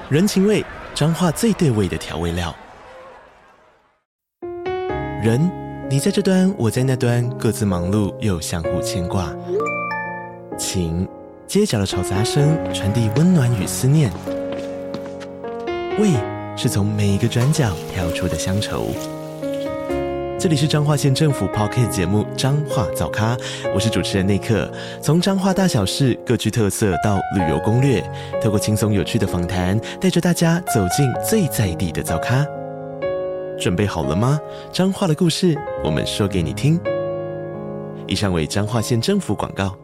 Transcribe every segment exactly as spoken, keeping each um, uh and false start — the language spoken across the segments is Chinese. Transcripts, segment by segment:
人情味，彰化最对味的调味料。人，你在这端，我在那端，各自忙碌又相互牵挂。情，街角的吵杂声传递温暖与思念。味，是从每一个转角跳出的乡愁。这里是彰化县政府 Podcast 节目《彰化早咖》，我是主持人内克。从彰化大小事各具特色到旅游攻略，透过轻松有趣的访谈，带着大家走进最在地的早咖。准备好了吗？彰化的故事，我们说给你听。以上为彰化县政府广告。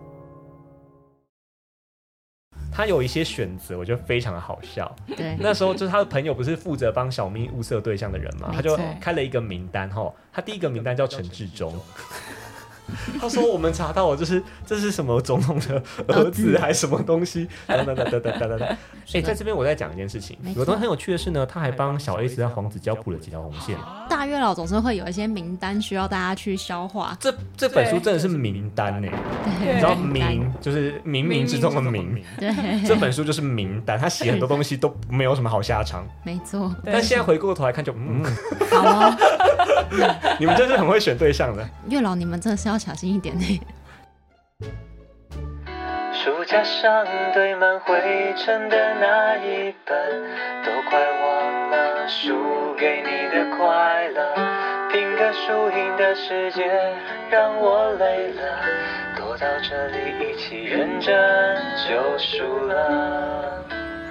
他有一些选择，我觉得非常的好笑。 对， 那时候就是他的朋友不是负责帮小咪物色对象的人嘛，他就开了一个名单哈。他第一个名单叫陈志忠，他说我们查到我就是这是什么总统的儿子还是什么东西，等等等等等等等。哎，在这边我再讲一件事情，有东西很有趣的是呢，他还帮小 S 在黄子佼铺了几条红线。 大月老总是会有一些名单需要大家去消化。 这这本书真的是名单哎，你知道名就是冥冥之中的冥， 对， 这本书就是名单，他写很多东西都没有什么好下场。 没错， 但现在回过头来看就嗯， 好哦。 你们真是很会选对象的。 月老，你们真的是要小心一点呢。 书架上堆满灰尘的那一本，都快忘了输给你的快乐。拼个输赢的世界让我累了，躲到这里一起认真就输了。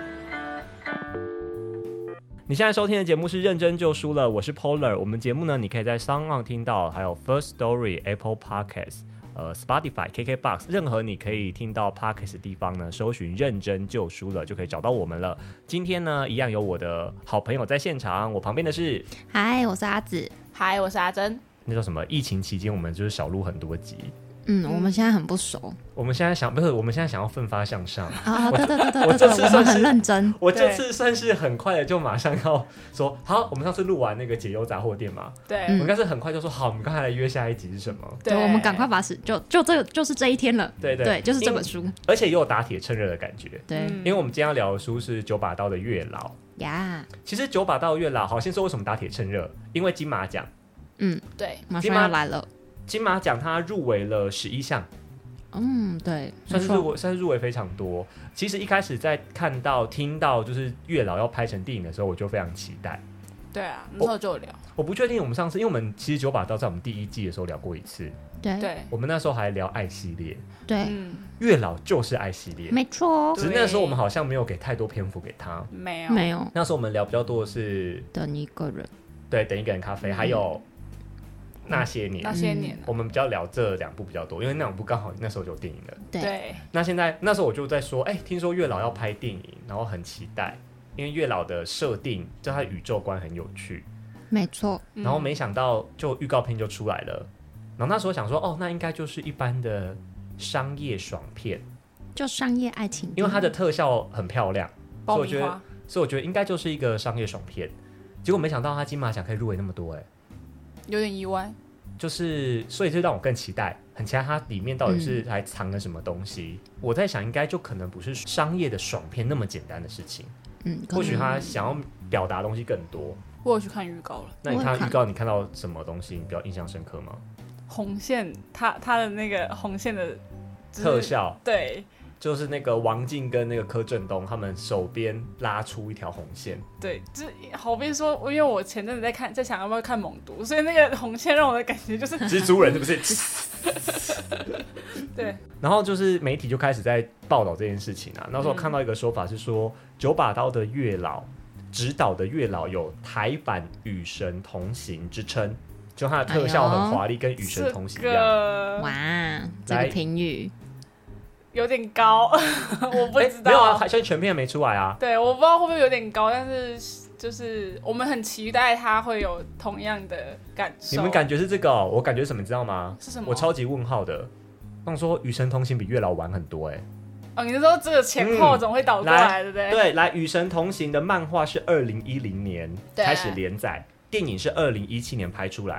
你现在收听的节目是《认真就输了》，我是 Polar。我们节目呢，你可以在 SoundOn 听到，还有 First Story、Apple Podcast、呃 Spotify、K K Box， 任何你可以听到 Podcast 的地方呢，搜寻“认真就输了”就可以找到我们了。今天呢，一样有我的好朋友在现场，我旁边的是， 嗨，我是阿紫， 嗨，我是阿珍。 那叫什么？疫情期间我们就是少录很多集。 嗯，我们现在很不熟。 我们现在想不是，我们现在想要奋发向上啊！对对对对， 我这次我们很认真。 我这次算是很快的就马上要说好。我们上次录完那个解忧杂货店嘛， 对， 我们应该是很快就说好。我们刚才来约下一集是什么？ 对，我们赶快把时就就这个就是这一天了。 对 对, 对，就是这本书， 而且也有打铁趁热的感觉。 对， 因为我们今天要聊的书是九把刀的月老呀。Yeah. 其实九把刀的月老，好，先说为什么打铁趁热，因为金马奖， 嗯， 对， 马上要来了。 金马奖它入围了十一项。 嗯，对， 算是入围，算是入围非常多。其实一开始在看到、听到就是月老要拍成电影的时候，我就非常期待。 对啊，那时候就有聊。 我, 我不确定我们上次，因为我们其实九把刀在我们第一季的时候聊过一次。 对对， 我们那时候还聊爱系列。 对， 嗯， 月老就是爱系列， 没错。 只是那时候我们好像没有给太多篇幅给他。 没有， 没有。 那时候我们聊比较多的是等一个人， 对，等一个人咖啡，嗯、还有。那些年， 那些年、啊， 我们比较聊这两部比较多，因为那两部刚好那时候就有电影了。 对， 那现在那时候我就在说，哎、欸，听说月老要拍电影，然后很期待，因为月老的设定，就他的宇宙观很有趣， 没错。 然后没想到就预告片就出来了，然后那时候想说，哦，那应该就是一般的商业爽片， 就商业爱情， 因为它的特效很漂亮，所以我觉得， 所以我觉得应该就是一个商业爽片。结果没想到他金马奖可以入围那么多、欸，哎。 有点意外， 就是所以就让我更期待，很期待它里面到底是还藏了什么东西。嗯、我在想，应该就可能不是商业的爽片那么简单的事情。嗯，或许他想要表达的东西更多。 我有去看预告了。 那你看预告，你看到什么东西你比较印象深刻吗？ 红线，它它的那个红线的、就是、 特效， 对。 就是那个王静跟那个柯震东，他们手边拉出一条红线。 对，就是好比说，因为我前阵子在看，在想要不要看猛毒，所以那个红线让我的感觉就是蜘蛛人，是不是？ 对。 然后就是媒体就开始在报道这件事情啊。那时候看到一个说法是说，九把刀的月老指导的月老有台版《与神同行》之称，就它的特效很华丽，跟《与神同行》一样。 这个、 哇，这个评语。 有点高，我不知道。 没有啊，现在全片没出来啊。 对，我不知道会不会有点高，但是就是我们很期待它会有同样的感受。 你们感觉是这个、哦？我感觉什么，你知道吗？ 是什么？ 我超级问号的。我说《与神同行》比月老晚很多哎、欸。 哦，你是说这个前后总会倒过来，对不对？ 对，来，《与神同行》的漫画是二零一零年开始连载，电影是二零一七年拍出来。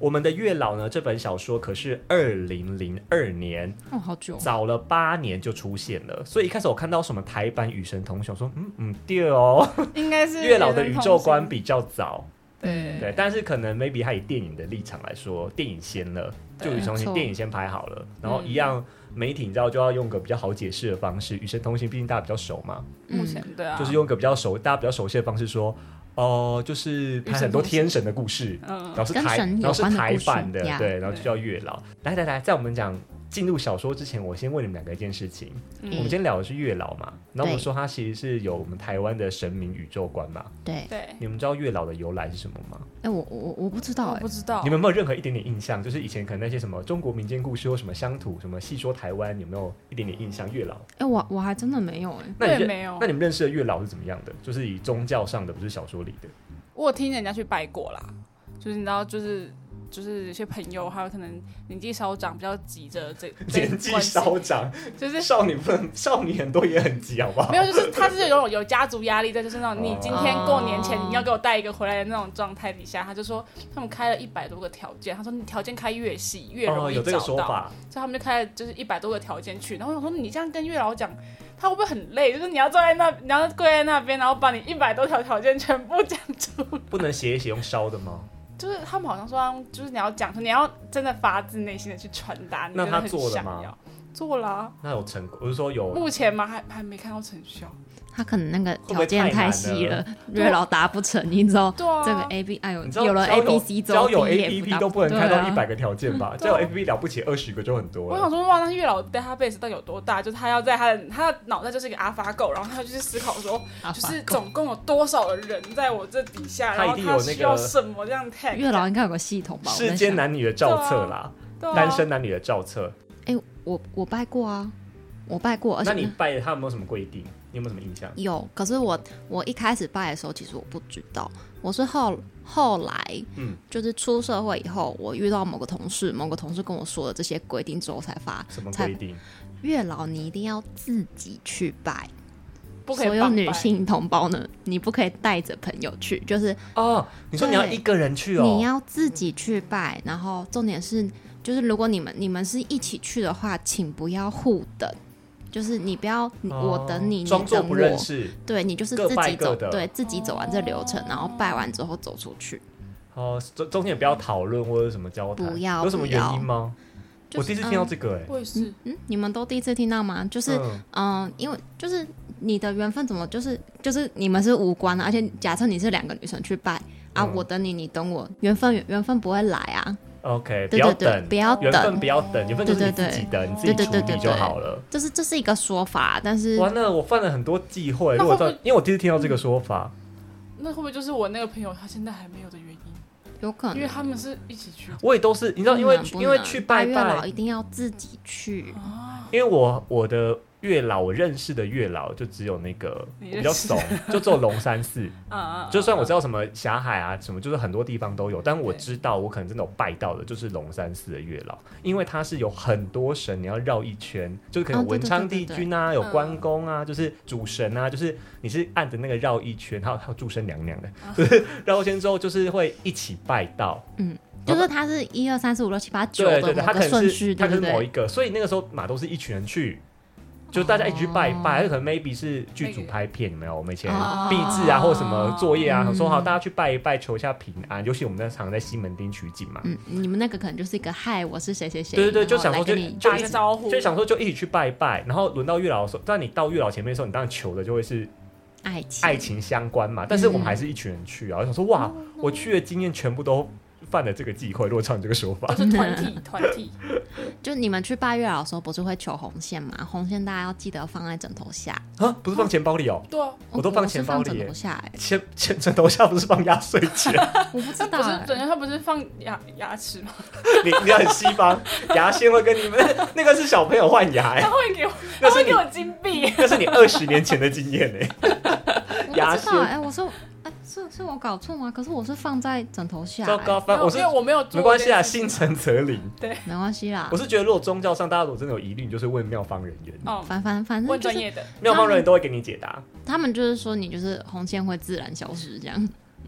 我们的月老呢，这本小说可是二零零二年， 哦，好久， 早了八年就出现了。所以一开始我看到什么台版《与神同行》，说嗯嗯对哦， 应该是月老的宇宙观比较早。 对对，但是可能 maybe 他以电影的立场来说，电影先了，就《与神同行》电影先拍好了，然后一样。媒体你知道就要用个比较好解释的方式，与神同行毕竟大家比较熟嘛， 目前对啊， 就是用个比较熟大家比较熟悉的方式说，哦、呃，就是拍很多天神的故事， 嗯， 然后是台，然后是台版的，对，然后就叫月老。来来来，在我们讲进入小说之前，我先问你们两个一件事情。嗯、我们今天聊的是月老嘛，然后我们说它其实是有我们台湾的神明宇宙观嘛。 对对。 你们知道月老的由来是什么吗？ 哎、欸，我我我不知道、欸， 我不知道。 你们有没有任何一点点印象？就是以前可能那些什么中国民间故事或什么乡土什么细说台湾，有没有一点点印象？月老？ 哎、欸，我我还真的没有哎、欸。 那你没有？ 那你们认识的月老是怎么样的？就是以宗教上的，不是小说里的。 我有听人家去拜过啦，就是你知道，就是。就是有些朋友，还有可能年纪稍长，比较急着这年纪稍长， 就是少女不能，少女很多也很急，好不好？ 没有，就是他是有种有家族压力的，就是那种你今天过年前你要给我带一个回来的那种状态底下，他就说他们开了一百多个条件，他说你条件开越细越容易找到，哦、 有这个说法， 所以他们就开了就是一百多个条件去。然后我想说，你这样跟月老讲，他会不会很累？就是你要坐在那，你要跪在那边，然后把你一百多条条件全部讲出来， 不能写一写用烧的吗？ 就是他们好像说，就是你要讲，你要真的发自内心的去传达，你真的很想要。那他做了吗？做了、啊。 那有成果？我是说有。 目前吗？还还没看到成效。 他可能那个条件太细了，月老达不成，你知道？ 对啊。 这个 A B 哎呦，有了 A B C 之后， 交友 A P P 都不能开到一百个条件吧？交友 A P P 了不起二十个就很多了。 我想说，哇，那月老 database 到底有多大？就是他要在他的他的脑袋就是一个 AlphaGo， 然后他就去思考说，就是总共有多少的人在我这底下，然后他需要什么这样 tag。 月老应该有个系统吧？ 世间男女的照册啦，单身男女的照册。 哎，我我拜过啊，我拜过，而且那你拜他有没有什么规定？你有没有什么印象？ 有，可是我我一开始拜的时候，其实我不知道，我是后后来，嗯，就是出社会以后，我遇到某个同事，某个同事跟我说了这些规定之后，才发什么规定？ 月老你一定要自己去拜， 不可以所有女性同胞呢，你不可以带着朋友去，就是哦，你说你要一个人去哦， 你要自己去拜，然后重点是，就是如果你们你们是一起去的话，请不要互等。就是你不要、哦、我等你，你等我， 不认识， 对你就是自己走， 各对自己走完这流程，然后拜完之后走出去。 哦，中中间也不要讨论或者什么交谈， 不要， 有什么原因吗？ 就是、 我第一次听到这个、欸，哎、 嗯，我也是， 嗯，你们都第一次听到吗？就是，嗯、呃，因为就是你的缘分怎么就是就是你们是无关的、啊，而且假设你是两个女生去拜啊，嗯、我等你，你等我，缘分缘分不会来啊。 OK， 对对对， 不要等， 不要等， 缘分不要等，缘分就是你自己的，你自己处理就好了。 就是这是一个说法，但是完了，我犯了很多忌讳。如果到，因为我第一次听到这个说法， 那会不会就是我那个朋友他现在还没有的原因？ 有可能， 因为他们是一起去。 我也都是，你知道，因为因为去拜拜， 月老一定要自己去。 因为我我的月老，我认识的月老就只有那个比较怂，就只有龙山寺。就算我知道什么霞海啊，什么就是很多地方都有，但我知道我可能真的有拜到的，就是龙山寺的月老，因为它是有很多神，你要绕一圈，就是可能文昌帝君啊，有关公啊，就是主神啊，就是你是按着那个绕一圈，还有还有祝生娘娘的，就是绕一圈之后，就是会一起拜到。嗯。 就是它是一二三四五六七八九的某个顺序， 它可能对不对？ 它可能某一个，所以那个时候马都是一群人去，就大家一起去拜一拜，还、哦、有可能 maybe 是剧组拍片，有没有？我们以前毕制啊，哦、或者什么作业啊，嗯、说好大家去拜一拜，求一下平安。尤其我们在常在西门町取景嘛， 嗯，你们那个可能就是一个嗨，我是谁谁谁， 对对对，就想说就打一个招呼， 就想说就一起去拜一拜，然后轮到月老的时候，但你到月老前面的时候，你当然求的就会是。 爱情爱情相关嘛，但是我们还是一群人去啊。我、嗯、想说，哇，我去的经验全部都犯了这个忌讳。如果照你这个说法， 都是团体团体。 就你们去拜月老的时候，不是会求红线吗？红线大家要记得放在枕头下啊，不是放钱包里哦。 对啊， 我都放钱包里、欸。 我是放枕头下、欸， 钱钱枕头下不是放压岁钱？ 我不知道、欸， 不是枕头下不是放牙牙齿吗？ 你你很西方，牙线会跟你们那个是小朋友换牙、欸， 他会给我，他会给我金币， 那是你二十年前的经验哎、欸。 牙线，哎、欸，我说，哎、欸，是是我搞错吗？可是我是放在枕头下、欸。 糟糕，我是因为我没有做， 没关系啊，心诚则灵。 对， 没关系啦。 我是觉得，如果宗教上大家如果真的有疑虑，你就是问妙方人员。 哦， 反反反正、就是、 问专业的， 妙方人员都会给你解答。 他们就是说，你就是红线会自然消失这样。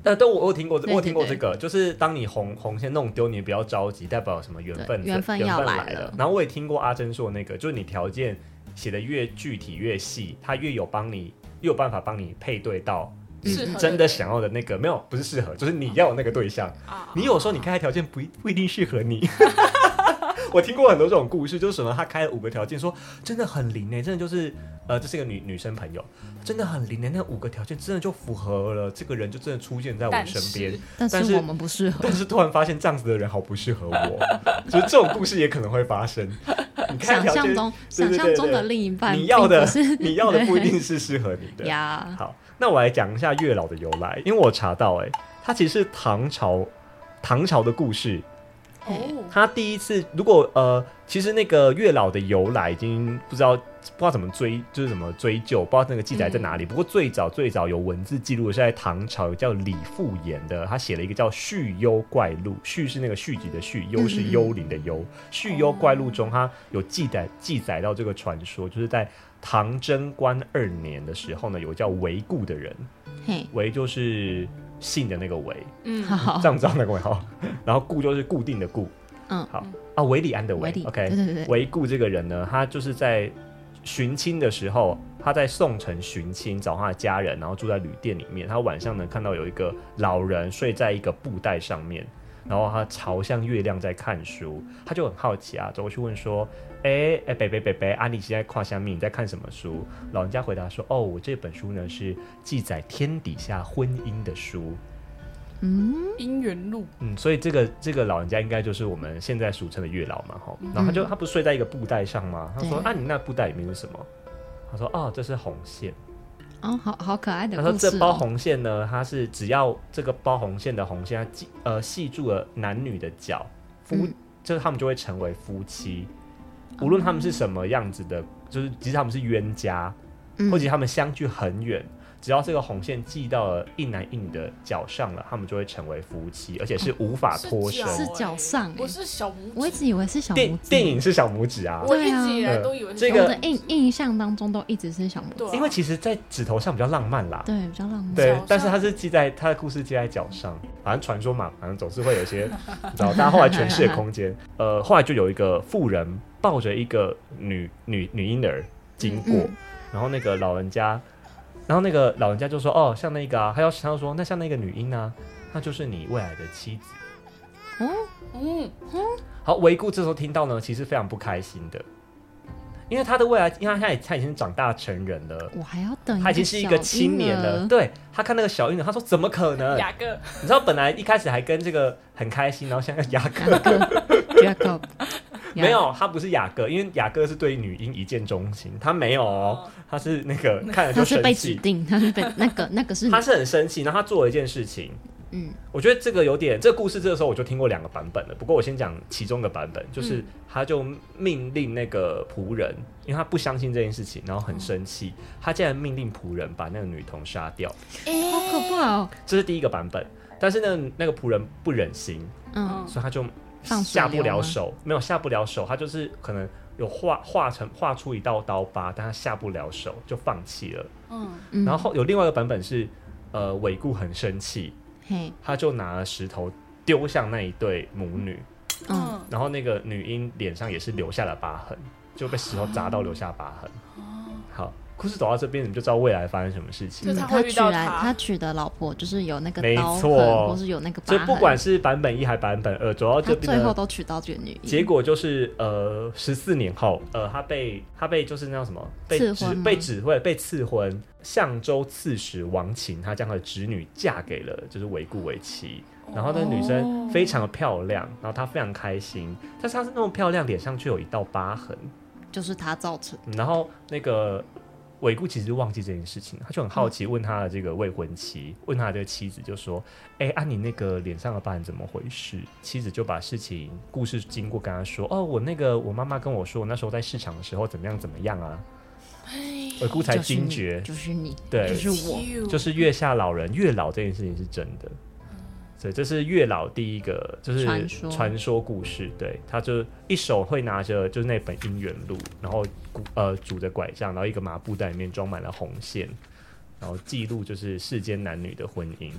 呃，对，我我有听过，我有听过这个，就是当你红红线弄丢，你不要着急，代表什么缘分缘分要来了。 然后我也听过阿珍说那个，就是你条件写的越具体越细，他越有帮你，越有办法帮你配对到你真的想要的那个，没有不是适合，就是你要有那个对象。你有时候你开的条件不不一定适合你。我听过很多这种故事，就是什么他开了五个条件，说真的很灵哎、欸，真的就是呃，这是一个女女生朋友，真的很灵哎、欸，那五个条件真的就符合了，这个人就真的出现在我身边。 但是但是我们不适合， 但是突然发现这样子的人好不适合我，就是这种故事也可能会发生。你看想象中对对对对想象中的另一半， 你要的你要的不一定是适合你的呀。 好，那我来讲一下月老的由来，因为我查到哎、欸，它其实是唐朝唐朝的故事。哦，他第一次如果呃，其实那个月老的由来已经不知道不知道怎么追，就是怎么追究，不知道那个记载在哪里。嗯、不过最早最早有文字记录的是在唐朝，有叫李复言的，他写了一个叫《续幽怪录》，续是那个续集的续，幽是幽灵的幽。《续幽怪录》中，他有记载记载到这个传说，就是在唐贞观二年的时候呢，有个叫韦固的人，韦就是姓的那个韦，嗯，好，这样知道那个韦好，然后固就是固定的固，嗯，好啊，韦礼安的韦 ，OK， 对对对，韦固这个人呢，他就是在寻亲的时候，他在宋城寻亲找他的家人，然后住在旅店里面，他晚上呢看到有一个老人睡在一个布袋上面，然后他朝向月亮在看书，他就很好奇啊，走过去问说：“哎、欸、哎，北北北北，啊，你现在跨下面你在看什么书？”老人家回答说：“哦，我这本书呢是记载天底下婚姻的书， 嗯，姻缘录。 嗯，所以这个这个老人家应该就是我们现在俗称的月老嘛，哈。然后他就他不是睡在一个布袋上吗？他说：啊，你那布袋里面是什么？他说：哦，这是红线。” 哦，好好可爱的故事、哦。 他说这包红线呢，它是只要这个包红线的红线，它呃系住了男女的脚，夫、嗯、就是他们就会成为夫妻，无论他们是什么样子的，就是即使他们是冤家，嗯、或者他们相距很远，只要这个红线系到了一男一女的脚上了，他们就会成为夫妻，而且是无法脱身。 是脚上、欸， 不是小拇指。 我一直以为是小拇指。 电电影是小拇指啊， 我一直以来都以为是小拇指。 这个我的印印象当中都一直是小拇指， 因为其实，在指头上比较浪漫啦。 对，比较浪漫。 对，但是他是记在他的故事记在脚上，反正传说嘛，反正总是会有一些，你知道，大家后来诠释的空间。呃，后来就有一个妇人抱着一个女女女婴儿经过，嗯、然后那个老人家。然后那个老人家就说：“哦，像那个啊，他要他要说，那像那个女婴呢，那就是你未来的妻子。”嗯嗯嗯。好，韦固这时候听到呢，其实非常不开心的，因为他的未来，因为他他已经长大成人了， 我还要等， 他已经是一个青年了。对，他看那个小婴儿，他说：“怎么可能？” 雅各， 你知道本来一开始还跟这个很开心，然后现在雅各， 雅各。 没有，他不是雅各，因为雅各是对女婴一见钟情，他没有哦，他是那个看了就生气， 他是被指定，他是被那个那个是， 他是很生气，然后他做了一件事情，嗯，我觉得这个有点，这个故事这个时候我就听过两个版本了，不过我先讲其中的版本，就是他就命令那个仆人，因为他不相信这件事情，然后很生气，他竟然命令仆人把那个女童杀掉， 欸、好可怕哦！ 这是第一个版本，但是呢，那个仆人不忍心，嗯，所以他就。下不了手，没有下不了手，他就是可能有画画成画出一道刀疤，但他下不了手，就放弃了。嗯，然后有另外一个版本是，呃，韦固很生气，他就拿了石头丢向那一对母女，嗯，然后那个女婴脸上也是留下了疤痕，就被石头砸到留下疤痕。好。故事走到这边，你们就知道未来发生什么事情。 嗯、他娶来他娶的老婆就是有那个刀痕，或是有那个疤痕。 所以不管是版本一还版本二，走到这边最后都娶到这个女婴。 结果就是呃，十四年后，呃，他被他被就是那叫什么被指被指挥被赐婚。相州刺史王琴，他将他的侄女嫁给了就是韦固为妻。然后那女生非常的漂亮，然后她非常开心，但是她是那么漂亮，脸上却有一道疤痕， 就是她造成。 然后那个。韦固其实忘记这件事情，他就很好奇，问他的这个未婚妻，问他的这个妻子，就说：“哎、欸，啊，你那个脸上的疤痕怎么回事？”妻子就把事情故事经过跟他说：“哦，我那个我妈妈跟我说，我那时候在市场的时候怎么样怎么样啊。”韦固才惊觉， 就是你， 对， 就是我， 就是月下老人月老这件事情是真的。对，这是月老第一个就是传说故事，对，他就一手会拿着就是那本姻缘录，然后呃拄着拐杖，然后一个麻布袋里面装满了红线，然后记录就是世间男女的婚姻。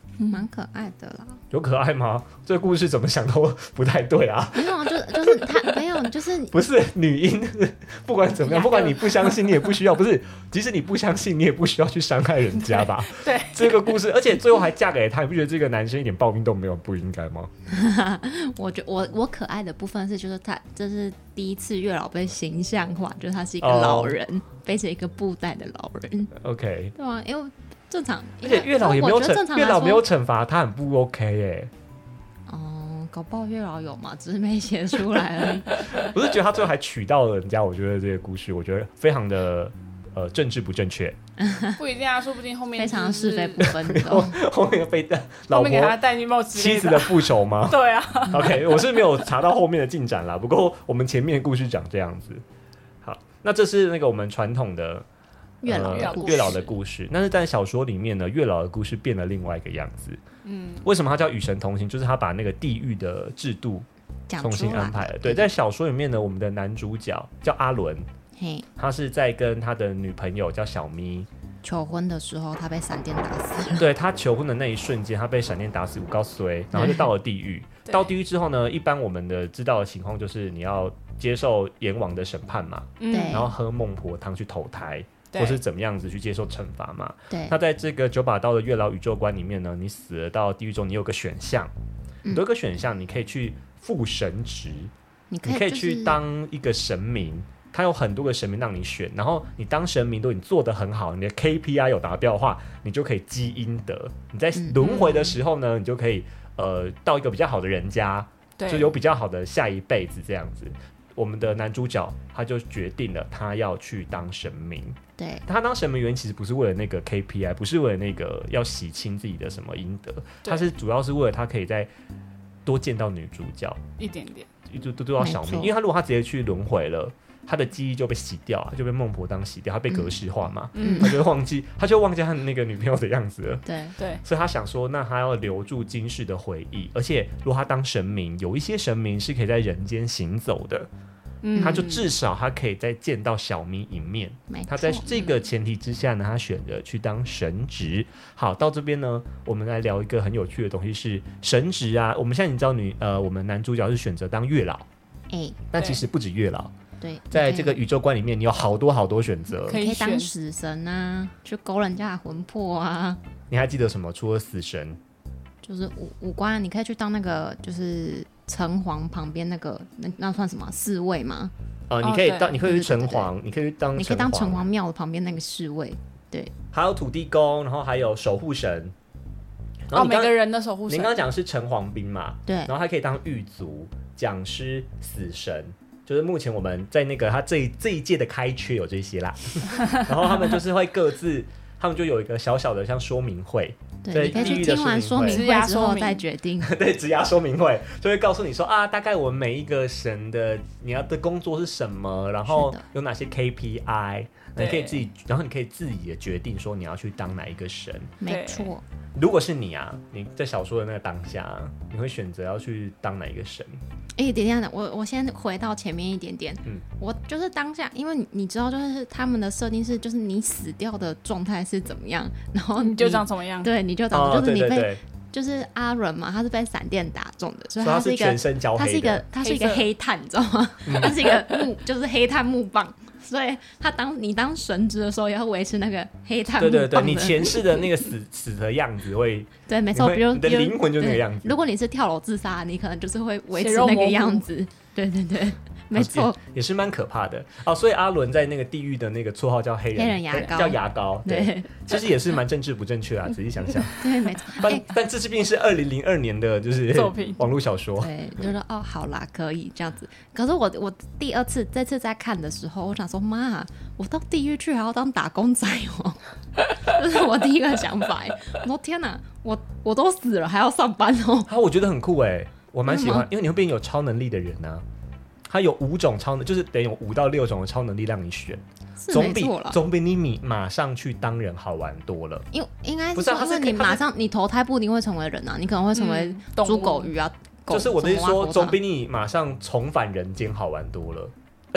蛮可爱的啦。 有可爱吗？这个故事怎么想都不太对啊。 没有啊，就就是他没有，就是不是女婴，不管怎么样，不管你不相信，你也不需要，不是，即使你不相信，你也不需要去伤害人家吧？ 对， 这个故事，而且最后还嫁给他，你不觉得这个男生一点报应都没有，不应该吗？ 我觉我我可爱的部分是，就是他这是第一次月老被形象化，就是他是一个老人，哦、背着一个布袋的老人。 OK， 对啊，因为。正常， 而且月老也没有惩，月老没有惩罚他，很不 OK 耶。 哦、嗯，搞不好月老有嘛，只是没写出来而已。 我是觉得他最后还娶到了人家，我觉得这个故事，我觉得非常的呃政治不正确。 不一定啊，说不定后面、就是、 非常是非不分后, 后面被老婆给他戴绿帽之类的妻子的复仇吗？ 对啊。 OK， 我是没有查到后面的进展啦，不过我们前面的故事长这样子。好，那这是那个我们传统的。 月老、 呃、月老的故事，但是在小说里面呢，月老的故事变了另外一个样子。嗯，为什么它叫与神同行？就是他把那个地狱的制度重新安排了。对，在小说里面呢，我们的男主角叫阿伦，他是在跟他的女朋友叫小咪求婚的时候，他被闪电打死了。 对，他求婚的那一瞬间，他被闪电打死，五高衰，然后就到了地狱。到地狱之后呢，一般我们的知道的情况就是你要接受阎王的审判嘛，嗯，然后喝孟婆汤去投胎。或是怎么样子去接受惩罚嘛？ 对。 那在这个九把刀的月老宇宙观里面呢，你死了到地狱中，你有个选项，嗯、有一个选项，你可以去复神职， 你可以、就是、 你可以去当一个神明，它有很多个神明让你选，然后你当神明，如果你做得很好，你的 K P I 有达标的话，你就可以积阴德。你在轮回的时候呢，嗯、你就可以呃到一个比较好的人家，就有比较好的下一辈子这样子。我们的男主角他就决定了，他要去当神明。 对， 他当神明原因其实不是为了那个 K P I， 不是为了那个要洗清自己的什么阴德，他是主要是为了他可以再多见到女主角一点点， 就都到小明，因为他如果他直接去轮回了，他的记忆就被洗掉了，就被孟婆汤洗掉，他被格式化嘛，嗯、他就忘记，他就忘记他那个女朋友的样子了。 对对， 所以他想说，那他要留住今世的回忆，而且如果他当神明，有一些神明是可以在人间行走的。嗯、他就至少他可以再见到小咪一面，他在这个前提之下呢，他选择去当神职。好，到这边呢，我们来聊一个很有趣的东西，是神职啊。我们现在你知道女呃，我们男主角是选择当月老， 欸、 但其实不止月老， 对， 在这个宇宙观里面，你有好多好多选择， 可以当死神啊，去勾人家的魂魄啊。 你还记得什么？除了死神， 就是五五官，你可以去当那个就是。城隍旁边那个 那, 那算什么侍卫吗？ 呃，你可以当，你可以去城隍，你可以去当， 你可以当城隍庙的旁边那个侍卫，对。 还有土地公，然后还有守护神。 然后每个人的守护神。 您刚刚讲的是城隍兵嘛？ 对。 然后还可以当狱卒、讲师、死神，就是目前我们在那个他这一这一届的开缺有这些啦。然后他们就是会各自，他们就有一个小小的像说明会。 对，你可以去听完说明会之后再决定。 对，职涯说明会就会告诉你说啊，大概我们每一个神的你要的工作是什么，然后有哪些 K P I， 你可以自己，然后你可以自己的决定说你要去当哪一个神。 没错。 如果是你啊，你在小说的那个当下，你会选择要去当哪一个神？ 哎、欸，等一下，我我先回到前面一点点。嗯，我就是当下，因为 你, 你知道，就是他们的设定是，就是你死掉的状态是怎么样，然后 你, 你就长怎么样。 对，你就长，哦、就是你被， 对对对就是阿伦嘛，他是被闪电打中的，所以他是一个， 全身焦黑的， 他是一个，他是一个黑炭，你知道吗？他是一个木，就是黑炭木棒。所以他当你当神职的时候，也要维持那个黑炭木棒的。 对对对，你前世的那个死死的样子会， 对，没错，比如你的灵魂就那个样子。 如果你是跳楼自杀，你可能就是会维持那个样子。对对对，没错， 也, 也是蛮可怕的哦。所以阿伦在那个地狱的那个绰号叫黑人黑人牙膏， 叫牙膏。对， 对其实也是蛮政治不正确啊。仔细想想， 对，没错。 但、欸、但这毕竟是二零零二年的，就是作品网络小说。 对，就说哦，好啦，可以这样子。可是我我第二次这次在看的时候，我想说，妈，我到地狱去还要当打工仔哦，这是我第一个想法。我说天哪，我我都死了还要上班哦。 啊，我觉得很酷哎，我蛮喜欢，因为你会变有超能力的人啊。他有五种超能，就是等于有五到六种的超能力让你选，总比总比你马上去当人好玩多了。 因应该是说，因为你马上你投胎不一定会成为人啊，你可能会成为猪狗鱼啊。 就是我的意思说，总比你马上重返人间好玩多了。而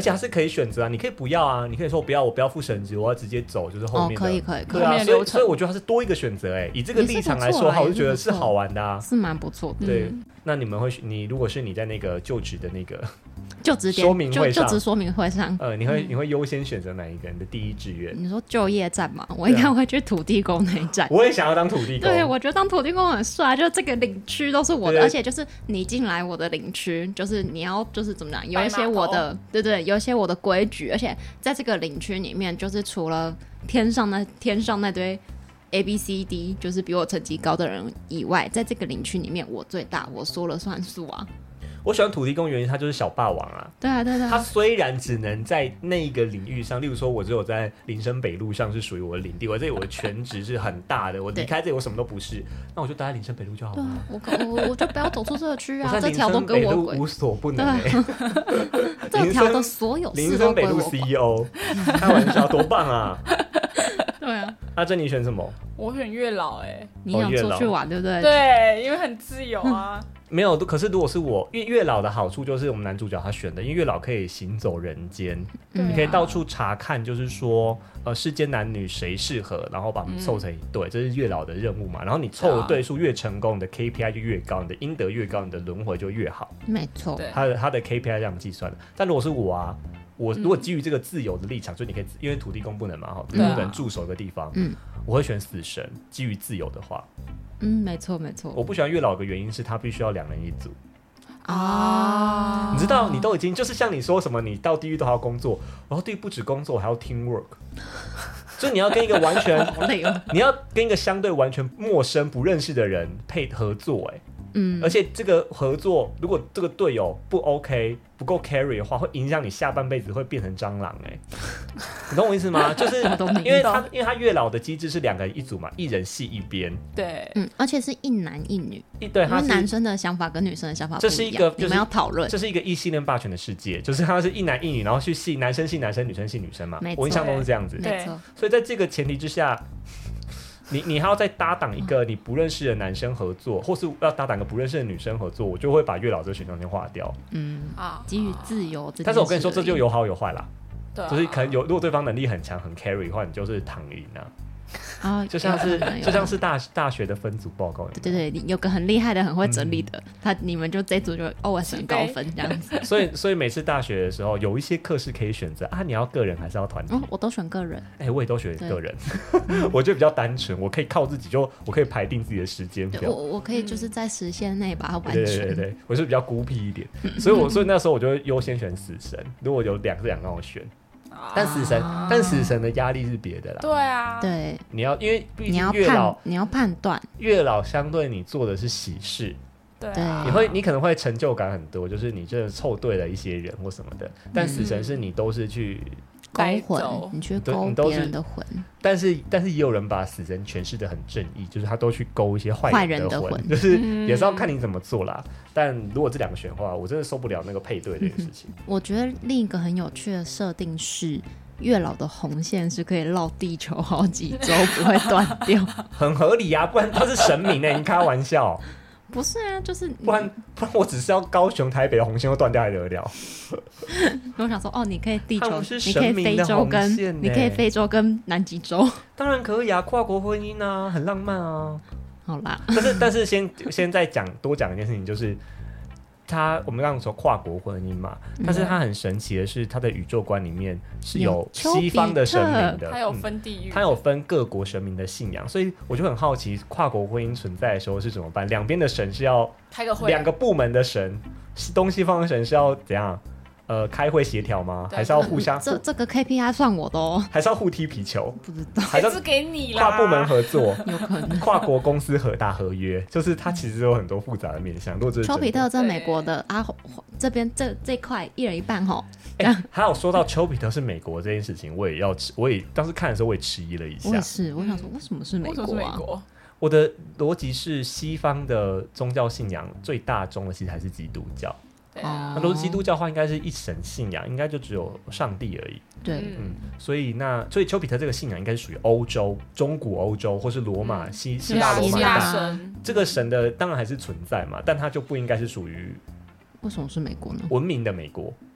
而且它是可以选择啊，你可以不要啊，你可以说我不要，我不要付绳子，我要直接走，就是后面的。 哦，可以可以， 对啊，所以所以我觉得它是多一个选择哎，以这个立场来说的话，我就觉得是好玩的啊， 是蛮不错的。 对，那你们会，你如果是你在那个就职的那个就职说明会上， 就职说明会上， 呃，你会你会优先选择哪一个？你的第一志愿？ 你说就业站嘛，我应该会去土地公那一站。 我也想要当土地公。 对，我觉得当土地公很帅，就这个领区都是我的，而且就是你进来我的领区，就是你要就是怎么讲，有一些我的，对对，有一些我的规矩，而且在这个领区里面，就是除了天上那天上那堆 A B C D， 就是比我成绩高的人以外，在这个领区里面我最大，我说了算数啊。 我喜欢土地公原因，他就是小霸王啊。 对啊，对啊。 他虽然只能在那一个领域上，例如说，我只有在林森北路上是属于我的领地，我这里我的全职是很大的，我离开这里我什么都不是，那我就待在林森北路就好了。 对啊，我我我就不要走出这个区啊，这条都跟我鬼，无所不能、欸。 这条的所有事都归我管。 林森北路 C E O， 开玩笑，多棒啊！ 对啊。 阿珍，你选什么？ 我选月老哎、欸， 你想出去玩对不对？ 对，因为很自由啊。 没有，可是如果是我，因为月老的好处就是我们男主角他选的，因为月老可以行走人间，嗯、你可以到处查看，就是说，呃，世间男女谁适合，然后把他们凑成一对，嗯、这是月老的任务嘛。然后你凑的对数越成功，你的 K P I 就越高，你的阴德越高，你的轮回就越好。 没错， 他的他的 K P I 这样计算的。但如果是我啊，我如果基于这个自由的立场，嗯、就你可以，因为土地公不能嘛，哈，土地公不能驻守一个地方，嗯，我会选死神。基于自由的话， 嗯，没错没错。 我不喜欢月老的原因是他必须要两人一组。 啊， 你知道，你都已经就是像你说什么，你到地狱都还要工作，然后地狱不止工作，还要 teamwork， 所以你要跟一个完全， 哦、 你要跟一个相对完全陌生、不认识的人配合作、欸，哎，嗯，而且这个合作，如果这个队友不 OK， 不够 carry 的话，会影响你下半辈子会变成蟑螂、欸，哎，你懂我意思吗？就是因为他因为他月老的机制是两个人一组嘛，一人系一边， 对， 嗯，而且是一男一女， 一对， 因为男生的想法跟女生的想法不一样， 这是一个、就是、 你们要讨论， 这是一个异性恋霸权的世界，就是他是一男一女，然后去系男生系男生，女生系女生嘛，我印象中是这样子， 没错， 所以在这个前提之下。你你还要再搭档一个你不认识的男生合作，或是要搭档一个不认识的女生合作，我就会把月老这个选项先划掉。 嗯啊，基于自由， 但是我跟你说，这就有好有坏啦。 对、啊， 就是可能有，如果对方能力很强、很 carry 的话，你就是躺赢啊。 啊， 就像是就像是大大学的分组报告， 对对对，有个很厉害的、很会整理的，嗯、他你们就这组就 O S 很高分这样子。 所以所以每次大学的时候，有一些课是可以选择啊，你要个人还是要团体？ 哦，我都选个人。 哎、欸，我也都选个人，我觉得比较单纯，我可以靠自己就我可以排定自己的时间表。 我我可以就是在时限内把它完成。 对对对对，我是比较孤僻一点，所以我所以那时候我就会优先选死神。如果有两个两让我选。但死神，啊、但死神的压力是别的啦。 对啊， 对， 你要因为毕竟月老， 你要判断月老相对你做的是喜事， 对、啊， 你会你可能会成就感很多，就是你真的凑对了一些人或什么的。但死神是你都是去勾魂，你去勾别人的魂。 但是但是也有人把死神诠释的很正义，就是他都去勾一些坏人的 魂, 人的魂就是也是要看你怎么做啦。嗯、但如果这两个选的话，我真的受不了那个配对这件事情。 我觉得另一个很有趣的设定是，月老的红线是可以绕地球好几周不会断掉， 很合理啊，不然他是神明欸，你开玩笑。 不是啊，就是不然不然我只是要高雄台北的红线会断掉还得了。 我想说哦，你可以地球，你可以非洲跟你可以非洲跟南极洲， 当然可以啊，跨国婚姻啊，很浪漫啊。 好啦， 但是但是先先再讲多讲一件事情，就是他我们刚刚说跨国婚姻嘛，但是他很神奇的是，他的宇宙观里面是有西方的神明的， 他有分地域、嗯， 他有分各国神明的信仰，所以我就很好奇，跨国婚姻存在的时候是怎么办？两边的神是要开个会， 两个部门的神，东西方的神是要怎样？呃，开会协调吗？还是要互相？ 这这个 K P I 算我的哦。 还是要互踢皮球？ 不知道， 还是给你啦。 跨部门合作， 有可能。 跨国公司合大合约，就是它其实有很多复杂的面向。如果这是丘比特在美国的啊，这边这这块一人一半吼。 欸、还有说到丘比特是美国这件事情，我也要吃，我也当时看的时候我也迟疑了一下。 我也是，我想说为什么是美国、啊？ 为什么是美国？ 我的逻辑是，西方的宗教信仰最大宗的其实还是基督教。那如果基督教的话，应该是一神信仰，应该就只有上帝而已。 对， 嗯，所以那所以丘比特这个信仰应该是属于欧洲、中古欧洲或是罗马、嗯、西希腊罗马神。 这个神的当然还是存在嘛，但它就不应该是属于为什么是美国呢？ 文明的美国。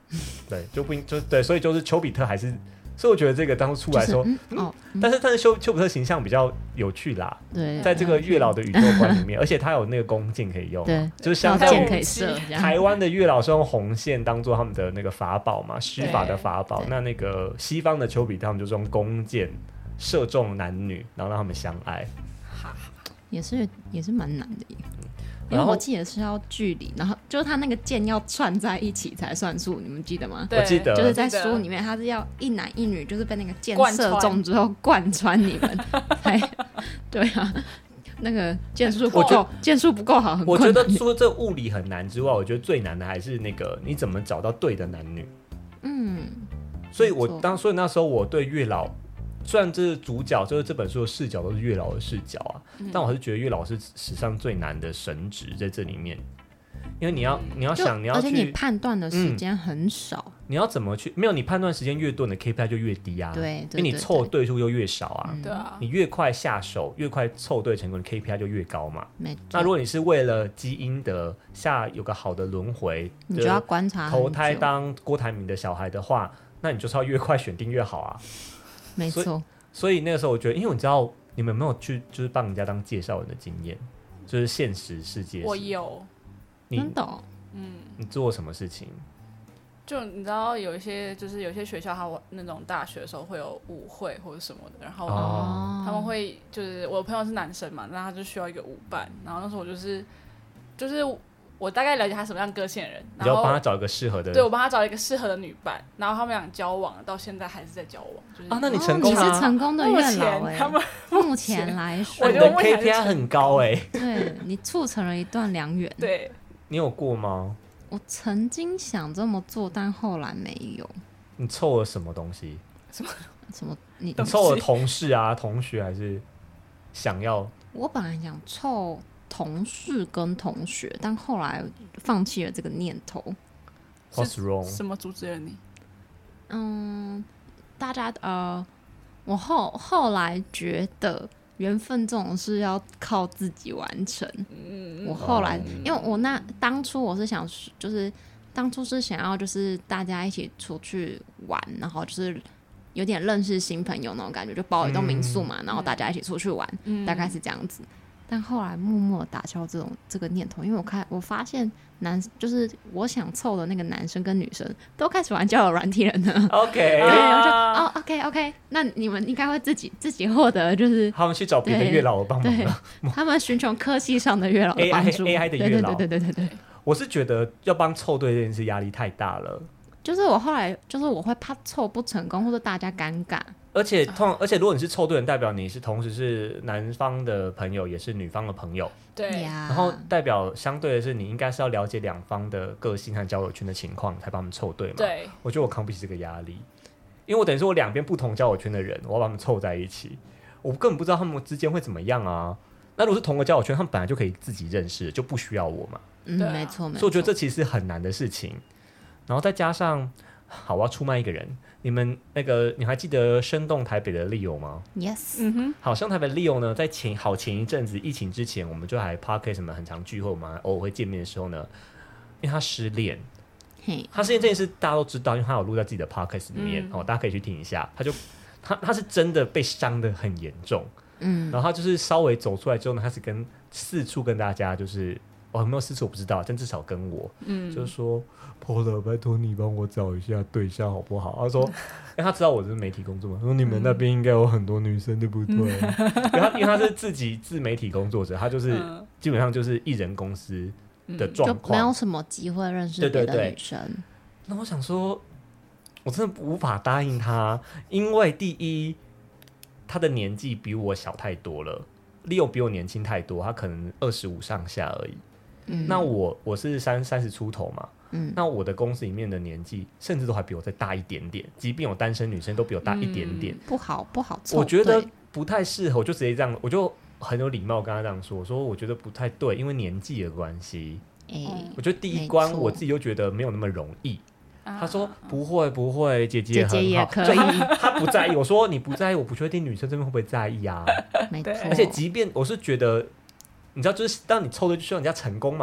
对，就不应就对，所以就是丘比特还是。所以我觉得这个当初出来的时候， 就是嗯哦嗯、 但是但是丘丘比特形象比较有趣啦， 对， 在这个月老的宇宙观里面，而且他有那个弓箭可以用， 对， 就是像箭可以射。 台湾的月老是用红线当做他们的那个法宝嘛，施法的法宝。那那个西方的丘比特他们就是用弓箭射中男女，然后让他们相爱， 也是也是蛮难的耶。因为我记得是要距离，然后就是他那个箭要串在一起才算数，你们记得吗？ 我记得， 就是在书里面，他是要一男一女，就是被那个箭射中之后贯穿你们，才对啊。那个箭术不够，箭术不够好，很我觉得除了这物理很难之外，我觉得最难的还是那个你怎么找到对的男女。 嗯， 所以我当所以那时候我对月老。虽然这是主角，就是这本书的视角都是月老的视角啊，嗯、但我还是觉得月老是史上最难的神职在这里面，因为你要你要想你要去， 而且你判断的时间很少、嗯， 你要怎么去？没有你判断时间越短的 K P I 就越低啊， 对， 因为你凑对数就越少啊， 对啊， 你越快下手，越快凑对成功，你 K P I 就越高嘛。 没错。 那如果你是为了基因的下有个好的轮回， 你就要观察投胎当郭台铭的小孩的话，那你就是要越快选定越好啊。 没错。 所以那个时候我觉得，因为你知道你们有没有去就是帮人家当介绍人的经验，就是现实世界。 我有， 你真的、哦， 嗯， 你做什么事情？ 就你知道有一些就是有些学校他那种大学的时候会有舞会或者什么的，然后他们会就是我的朋友是男生嘛，那他就需要一个舞伴，然后那时候我就是就是。我大概了解他什么样个性的人， 然后帮他找一个适合的， 对我帮他找一个适合的女伴，然后他们俩交往到现在还是在交往。就是、 啊，那你成功了、 哦，你是成功的月老哎、欸。 他们目前来说， 我觉得 K P I 很高哎、欸。 对你促成了一段良缘。 对， 你有过吗？ 我曾经想这么做，但后来没有。 你凑了什么东西？ 什么什么？你你凑了同事啊、同学还是想要？ 我本来想凑。同事跟同学，但后来放弃了这个念头。 What's wrong？ 什么阻止了你？ 嗯，大家呃，我后后来觉得缘分这种事要靠自己完成。嗯，我后来，嗯、因为我那当初我是想，就是当初是想要就是大家一起出去玩，然后就是有点认识新朋友那种感觉，就包一栋民宿嘛，嗯、然后大家一起出去玩，嗯、大概是这样子。但后来默默打消这种这个念头，因为我看我发现男就是我想凑的那个男生跟女生都开始玩交友软体了呢。 OK， 对，我就哦 OK OK， 那你们应该会自己自己获得，就是他们去找别的月老帮忙了， 他们寻求科技上的月老的帮助 ，A I 的月老， 对对对对对对。 我是觉得要帮凑对这件事压力太大了， 就是我后来就是我会怕凑不成功或者大家尴尬。 而且通，而且如果你是凑对人，代表你是同时是男方的朋友，也是女方的朋友， 对。 然后代表相对的是，你应该是要了解两方的个性和交友圈的情况，才把他们凑对嘛。 对。 我觉得我扛不起这个压力，因为我等于是我两边不同交友圈的人，我要把他们凑在一起，我根本不知道他们之间会怎么样啊。那如果是同个交友圈，他们本来就可以自己认识，就不需要我嘛。 嗯， 对啊、 没错没错。 所以我觉得这其实是很难的事情。然后再加上，好，我要出卖一个人。你们那个，你还记得生动台北的 Leo 吗 ？Yes， 嗯哼。 好，生动台北的 Leo 呢，在前好前一阵子疫情之前，我们就还 Podcast 什么很常聚会，我们偶尔会见面的时候呢，因为他失恋， Hey. 他失恋这件事大家都知道，因为他有录在自己的 Podcast 里面、嗯、哦，大家可以去听一下。他就他他是真的被伤得很严重，嗯，然后他就是稍微走出来之后呢，开始跟四处跟大家就是。哦，有没有四处我不知道，但至少跟我，嗯，就是说 ，Paul， 拜托你帮我找一下对象好不好？他说，因为他知道我是媒体工作嘛，他说你们那边应该有很多女生，对不对？嗯、因, 为他因为他是自己自媒体工作者，他就是、嗯、基本上就是艺人公司的状况、嗯， 就没有什么机会认识别的女生。对对对， 那我想说，我真的无法答应他，因为第一，他的年纪比我小太多了 ，Leo 比我年轻太多，他可能二十五上下而已。嗯、那我我是三三十出头嘛，嗯，那我的公司里面的年纪甚至都还比我再大一点点，即便有单身女生都比我大一点点，嗯、 不好不好凑， 我觉得不太适合，我就直接这样，我就很有礼貌跟他这样说，我说我觉得不太对，因为年纪的关系，欸、我觉得第一关我自己就觉得没有那么容易。他说不会不会，姐姐很好，姐姐也可以，他, 他不在意。我说你不在意，我不确定女生这边会不会在意啊？ 没错， 而且即便我是觉得。你知道，就是当你凑对就需要人家成功嘛。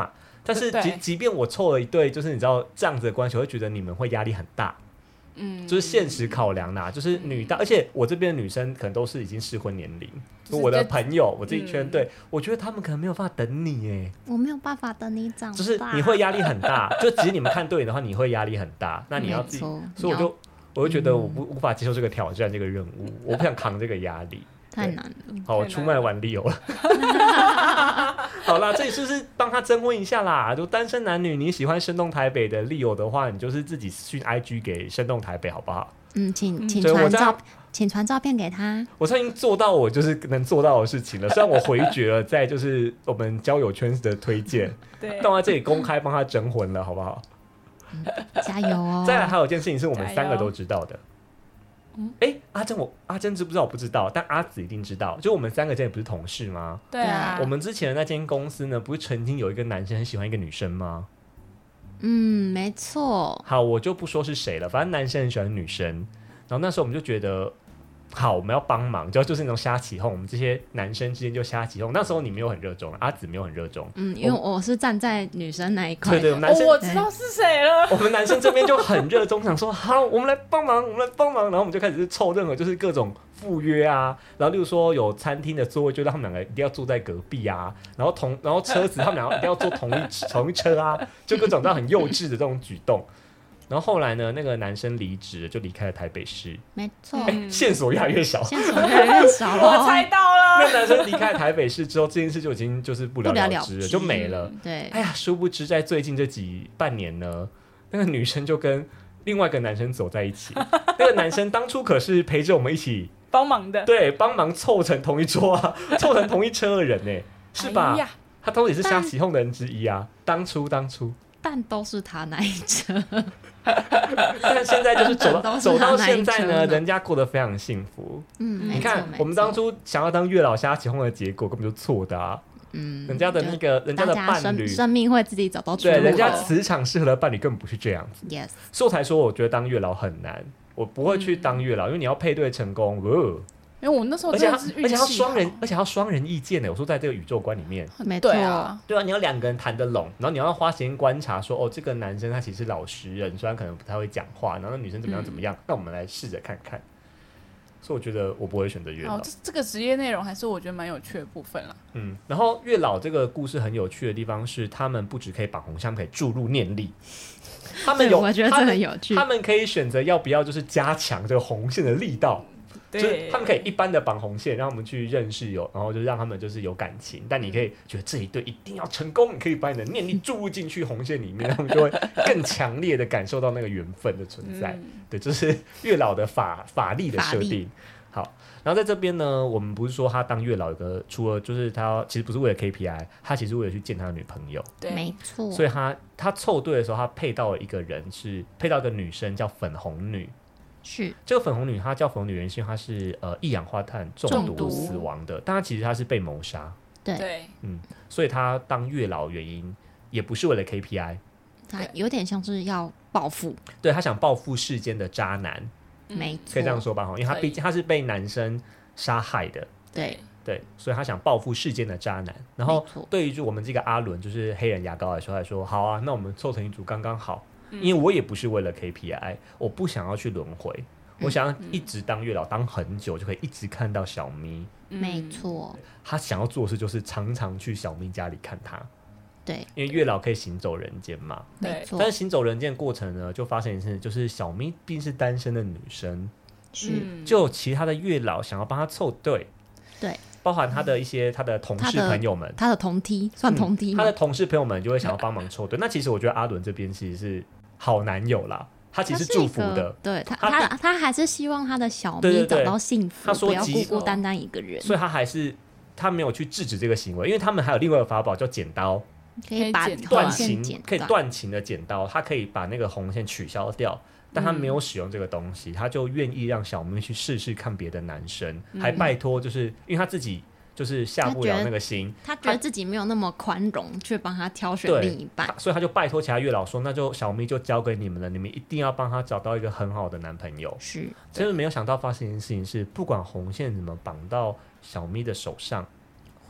但是即即便我凑了一对，就是你知道这样子的关系，我会觉得你们会压力很大。嗯，就是现实考量啦，就是女大，而且我这边的女生可能都是已经适婚年龄，我的朋友，我自己圈，对我觉得他们可能没有办法等你哎， 我没有办法等你长大， 就是你会压力很大，就只是你们看对眼的话，你会压力很大，那你要自己，所以我就我就觉得我不无法接受这个挑战，这个任务，我不想扛这个压力。 太难了， 好，我出卖完理由了。好啦，这里就是帮他征婚一下啦。就单身男女，你喜欢生动台北的理由的话，你就是自己私讯 I G 给生动台北，好不好？ 嗯，请请传照，请传照片给他。 我已经做到我就是能做到的事情了。虽然我回绝了在就是我们交友圈的推荐，对，但我在这里公开帮他征婚了，好不好？ 嗯、加油哦！ 再来还有一件事情是我们三个都知道的。哎、欸，阿珍我阿珍知不知道我不知道，但阿紫一定知道。就我们三个之前不是同事吗？ 对啊。 我们之前的那间公司呢，不是曾经有一个男生很喜欢一个女生吗？ 嗯，没错。 好，我就不说是谁了，反正男生很喜欢女生。然后那时候我们就觉得，好，我们要帮忙，就就是那种瞎起哄，我们这些男生之间就瞎起哄。那时候你没有很热衷，阿紫没有很热衷， 嗯，因为我是站在女生那一块。 对对，男生、 哦、我知道是谁了。 我们男生这边就很热衷，想说好，我们来帮忙，我们来帮忙。然后我们就开始凑任何就是各种赴约啊，然后例如说有餐厅的座位，就让他们两个一定要坐在隔壁啊，然后同然后车子他们两个一定要坐同一同一车啊，就各种这样很幼稚的这种举动。然后后来呢，那个男生离职，就离开了台北市。 没错、 欸，线索越来越少， 线索越来越少了。 我猜到了， 那个男生离开台北市之后，这件事就已经就是不了了之了，了就没了。 对， 哎呀，殊不知在最近这几半年呢，那个女生就跟另外一个男生走在一起。那个男生当初可是陪着我们一起帮忙的， 对，帮忙凑成同一桌啊，凑成同一车的人呢，是吧？哎、他当时也是瞎起哄的人之一啊。当初，当初。 但都是他那一车， 但现在就是走到走到现在呢，人家过得非常幸福。嗯，你看我们当初想要当月老瞎起哄的结果根本就错的啊。嗯，人家的那个人家的伴侣， 生命会自己找到出路。 对，人家磁场适合的伴侣根本不是这样子。 Yes， 所以我才说我觉得当月老很难，我不会去当月老，嗯、因为你要配对成功。呃因为我那时候真的是运气好， 而且要双人，而且要双人意见呢。我说在这个宇宙观里面， 没错， 对啊， 对啊，你要两个人谈得拢，然后你要花时间观察说，哦，这个男生他其实是老实人，虽然可能不太会讲话，然后那女生怎么样怎么样，那、嗯、我们来试着看看。所以我觉得我不会选择月老。 哦，这这个职业内容还是我觉得蛮有趣的部分啦。 嗯，然后月老这个故事很有趣的地方是，他们不只可以绑红线，他们可以注入念力。他们有， 我觉得这很有趣。 他们可以选择要不要就是加强这个红线的力道。就是他们可以一般的绑红线，让他们去认识有，然后就让他们就是有感情。但你可以觉得这一对一定要成功，你可以把你的念力注入进去红线里面，他们就会更强烈的感受到那个缘分的存在。嗯、对，就是月老的法法力的设定。好，然后在这边呢，我们不是说他当月老有个，除了就是他其实不是为了 K P I， 他其实为了去见他的女朋友。 对，没错。 所以他他凑对的时候，他配到了一个人是配到一个女生叫粉红女。 是这个粉红女，她叫粉红女原因是因为她是呃一氧化碳中毒死亡的，但她其实她是被谋杀。 对， 嗯，所以她当月老原因也不是为了 K P I， 她有点像是要报复， 对，她想报复世间的渣男， 没错， 可以这样说吧？因为她毕竟她是被男生杀害的， 对对，所以她想报复世间的渣男。然后对于我们这个阿伦，就是黑人牙膏来说，来说好啊，那我们凑成一组刚刚好。因为我也不是为了 K P I， 我不想要去轮回，我想要一直当月老当很久，就可以一直看到小咪。 没错， 他想要做的事就是常常去小咪家里看他。 对， 因为月老可以行走人间嘛。 没错， 但是行走人间的过程呢，就发生一次，就是小咪毕竟是单身的女生， 是就其他的月老想要帮她凑对， 对。 包含他的一些他的同事朋友们， 他的同梯算同梯吗、 嗯？他的同事朋友们就会想要帮忙凑对。那其实我觉得阿伦这边其实是好男友啦，他其实是祝福的， 对他他他, 他还是希望他的小咪找到幸福， 他说不要孤孤单单一个人， 所以他还是他没有去制止这个行为，因为他们还有另外一个法宝叫剪刀， 可以把断情可以断情的剪刀，他可以把那个红线取消掉。但他没有使用这个东西，嗯、他就愿意让小咪去试试看别的男生，嗯、还拜托，就是因为他自己就是下不了那个心， 他觉得自己没有那么宽容，去帮他挑选另一半， 所以他就拜托其他月老说，那就小咪就交给你们了，你们一定要帮他找到一个很好的男朋友。 是， 真的没有想到发生一件事情是，不管红线怎么绑到小咪的手上，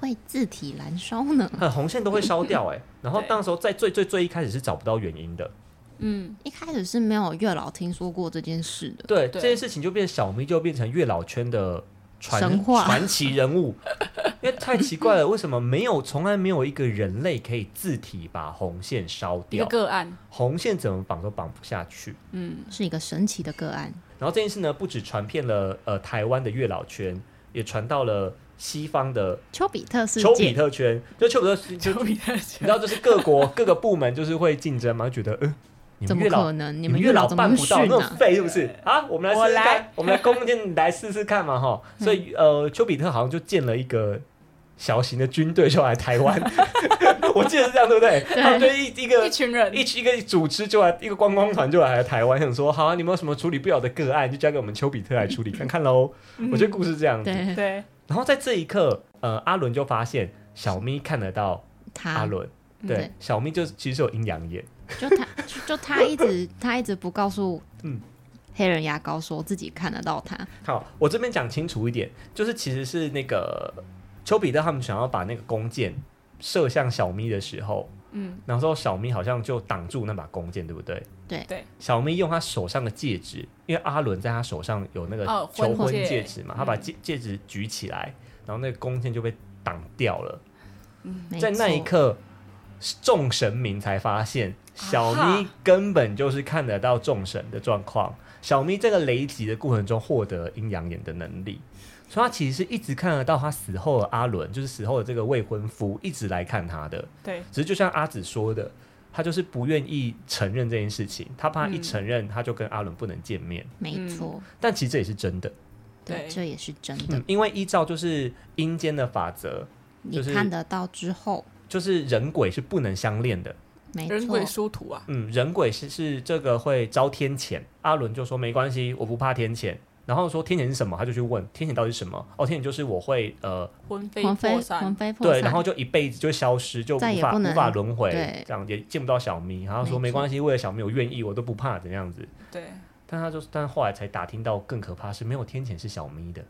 会自体燃烧呢？ 红线都会烧掉哎、欸。然后那时候在最最最一开始是找不到原因的。 嗯，一开始是没有月老听说过这件事的。 对，这件事情就变小咪就变成月老圈的神话传奇人物，因为太奇怪了，为什么没有从来没有一个人类可以自体把红线烧掉？ 一个个案， 红线怎么绑都绑不下去。 嗯，是一个神奇的个案。然后这件事呢，不止传遍了呃台湾的月老圈，也传到了西方的丘比特世界。 丘比特圈，就丘比特圈， 丘比特圈， 你知道，就是各国各个部门就是会竞争嘛，就觉得呃。 怎么可能？ 你们月老办不到，那么废是不是？啊，我们来试试看，我们来攻坚，来试试看嘛，哈。所以呃，丘比特好像就建了一个小型的军队，就来台湾。我记得是这样，对不对？他们就一一个一群人， 一一个组织就来，一个观光团就来台湾，想说好啊，你们有什么处理不了的个案，就交给我们丘比特来处理看看喽。我觉得故事这样子， 对。 然后在这一刻，呃，阿伦就发现小咪看得到阿伦，对，小咪就其实是有阴阳眼。 就他，就他一直，他一直不告诉黑人牙膏说自己看得到他。 好，我这边讲清楚一点，就是其实是那个丘比特他们想要把那个弓箭射向小咪的时候，嗯，然后小咪好像就挡住那把弓箭，对不对？ 对对。 小咪用他手上的戒指，因为阿伦在他手上有那个求婚戒指嘛，哦、他把戒戒指举起来，然后那个弓箭就被挡掉了。嗯，在那一刻。众神明才发现小咪根本就是看得到众神的状况，小咪这个雷击的过程中获得阴阳眼的能力，所以他其实是一直看得到他死后的阿伦，就是死后的这个未婚夫一直来看他的。 对， 只是就像阿紫说的，他就是不愿意承认这件事情，他怕一承认他就跟阿伦不能见面。 没错、嗯， 但其实这也是真的。 对，这也是真的、 嗯、因为依照就是阴间的法则、就是、 你看得到之后就是人鬼是不能相恋的， 没错， 人鬼殊途啊。 嗯，人鬼是是这个会招天谴。阿伦就说没关系，我不怕天谴。然后说天谴是什么，他就去问天谴到底是什么。哦，天谴就是我会呃魂飞魄散， 魂飞魄散， 对，然后就一辈子就消失，就无法无法轮回，这样也见不到小咪。然后说没关系，为了小咪我愿意，我都不怕怎样子。 对， 但他就但后来才打听到更可怕是没有天谴是小咪的。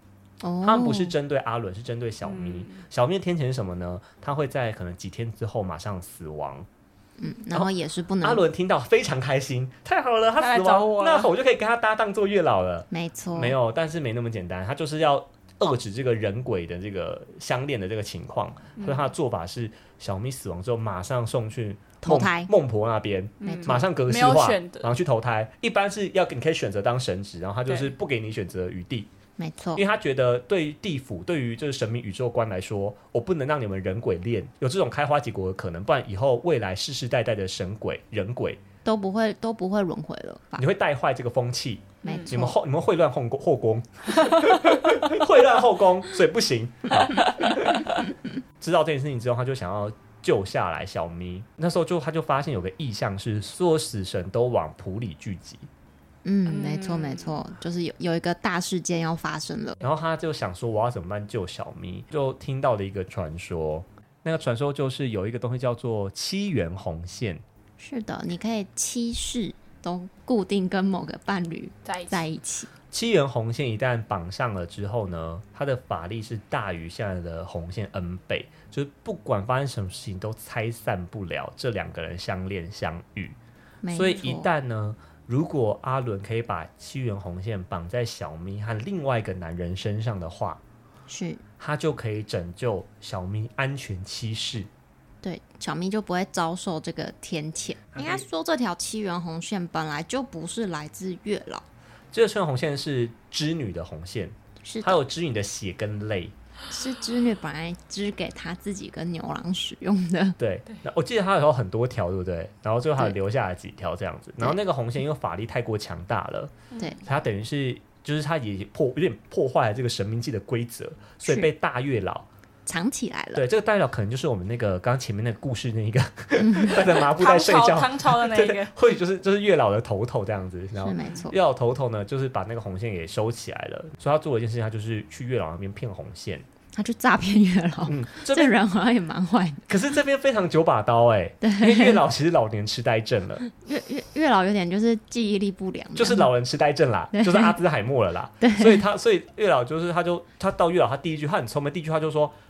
Oh. 他们不是针对阿伦，是针对小咪、嗯、小咪的天谴是什么呢？他会在可能几天之后马上死亡。 嗯，然后也是不能。 阿伦听到非常开心，太好了，他死亡，那我就可以跟他搭档做月老了。 没错， 没有，但是没那么简单，他就是要遏制这个人鬼的这个相恋的这个情况、嗯、所以他的做法是小咪死亡之后马上送去投胎孟婆那边、嗯、马上格式化，然后去投胎。一般是要你可以选择当神职，然后他就是不给你选择余地。 没错， 因为他觉得对于地府，对于就是神明宇宙观来说，我不能让你们人鬼恋，有这种开花结果的可能，不然以后未来世世代代的神鬼人鬼都不会都不会轮回了吧， 你会带坏这个风气。 没错， 你们后你们会乱后后宫，会乱后宫，所以不行。知道这件事情之后，他就想要救下来小咪。那时候就他就发现有个异象是，所有死神都往埔里聚集。 嗯，没错没错，就是有有一个大事件要发生了。 然后他就想说，我要怎么办救小咪？就听到了一个传说，那个传说就是有一个东西叫做七元红线。 是的，你可以七世都固定跟某个伴侣在一起。 在一起七元红线一旦绑上了之后呢，它的法力是大于现在的红线 N 倍，就是不管发生什么事情都拆散不了这两个人相恋相遇。所以一旦呢，如果阿伦可以把七元红线绑在小咪和另外一个男人身上的话， 是他就可以拯救小咪安全七世。 对，小咪就不会遭受这个天谴。应该说这条七元红线本来就不是来自月老， 这个七元红线是织女的红线， 是还有织女的血跟泪， 是织女本来织给他自己跟牛郎使用的。 对，我记得他有很多条，对不对？然后最后还留下了几条这样子。然后那个红线因为法力太过强大了， 对， 他等于是就是他也破有点破坏了这个神明纪的规则，所以被大月老藏起来了。 对，这个大月老可能就是我们那个刚刚前面那个故事那一个带着麻布袋睡觉唐朝的那一个， 或许就是就是月老的头头这样子。然后是没错， 月老头头呢，就是把那个红线给收起来了，所以他做了一件事情，他就是去月老那边骗红线。 他去诈骗月老，嗯，这, 这人好像也蛮坏的。 可是这边非常九把刀哎、欸，因为月老其实老年痴呆症了。 月月月老有点就是记忆力不良， 就是老人痴呆症啦，就是阿兹海默了啦。所以他所以月老就是他就他到月老他第一句他很聪明，第一句话就说：“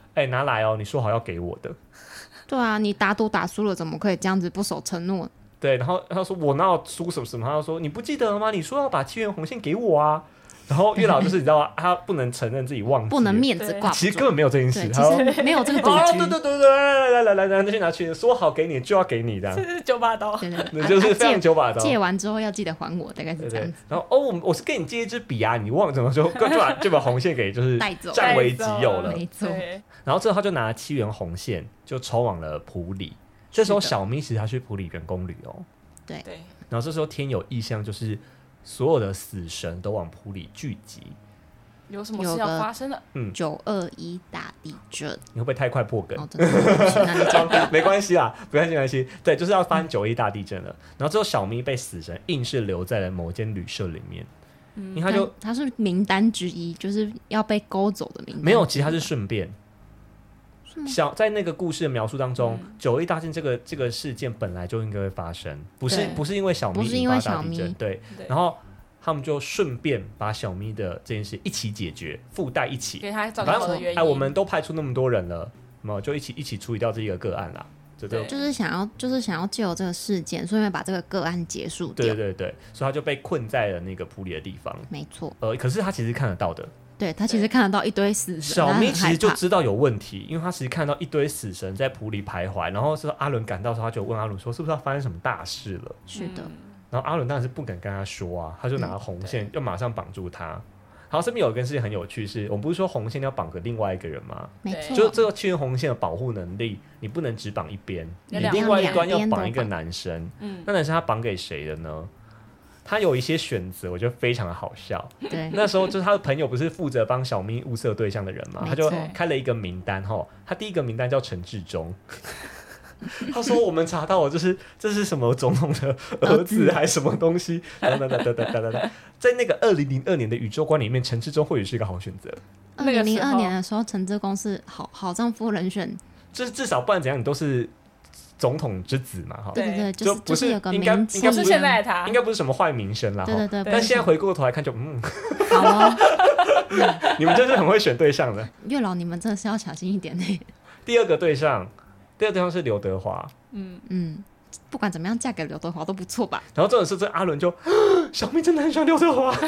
哎、欸，拿来哦，你说好要给我的。 对啊，你打赌打输了，怎么可以这样子不守承诺？ 对，然后他说我哪有输什么什么，他就说你不记得了吗？你说要把七元红线给我啊。然后月老就是你知道他不能承认自己忘记， 不能面子挂不住， 其实根本没有这件事， 其实没有这个赌局。 哦，对对对对，来来来来来，那去拿去，说好给你就要给你的， 这是九把刀， 对对对，就是非常九把刀。 借完之后要记得还我，大概是这样子。 然后哦，我我是跟你借一支笔啊，你忘怎么就就把就把红线给就是带走， 占为己有了， 没错。 然后之后他就拿七元红线就抽往了埔里，这时候小咪其实他去埔里员工旅游， 对对。 然后这时候天有异象，就是所有的死神都往埔里聚集。 有什么事要发生了？ 嗯，九二一大地震， 你会不会太快破梗？ 哦，真的，那你讲掉， 没关系啦，没关系，没关系。对，就是要发生九一大地震了。然后之后小咪被死神硬是留在了某间旅社里面，嗯，因为他就他是名单之一，就是要被勾走的名单。 没有，其实他是顺便。小在那个故事的描述当中，九一大地震这个这个事件本来就应该会发生，不是不是因为小咪引发大地震，对，然后。他们就顺便把小咪的这件事一起解决，附带一起给他找到好的原因。 哎，我们都派出那么多人了，那么就一起一起处理掉这一个个案啦。 就就是想要就是想要借由这个事件，顺便把这个个案结束掉。 对对对，所以他就被困在了那个埔里的地方。 没错。 呃，可是他其实看得到的。 对他其实看得到一堆死神。 小咪其实就知道有问题，因为他其实看到一堆死神在埔里徘徊，然后是阿伦赶到的时候，他就问阿伦说：“是不是要发生什么大事了？” 是的。嗯， 然后阿伦当然是不敢跟他说啊，他就拿红线又马上绑住他。然后这边有一件事情很有趣是，我们不是说红线要绑个另外一个人吗？ 没错， 就这个七元红线的保护能力，你不能只绑一边，你另外一端要绑一个男生。嗯，那男生他绑给谁的呢？他有一些选择，我觉得非常的好笑。 对， 那时候就是他的朋友不是负责帮小咪物色对象的人嘛，他就开了一个名单哈，他第一个名单叫陈志忠。他说：“我们查到，就是这是什么总统的儿子还是什么东西？等等等等等等等，在那个二零零二年的宇宙观里面，陈志忠或许是一个好选择。 二零零二年的时候，陈志忠是好好丈夫人选， 就是至少不然怎样，你都是总统之子嘛，哈。 对对对， 就不是有个应该应该不是现在他， 应该不是什么坏名声啦。 对对对， 但现在回过头来看就，就嗯， 好哦， 你们真是很会选对象的。 月老，你们真的是要小心一点呢。 第二个对象。”第二个对象是刘德华， 嗯嗯，不管怎么样，嫁给刘德华都不错吧。 然后这种事，这阿伦就小咪真的很喜欢刘德华，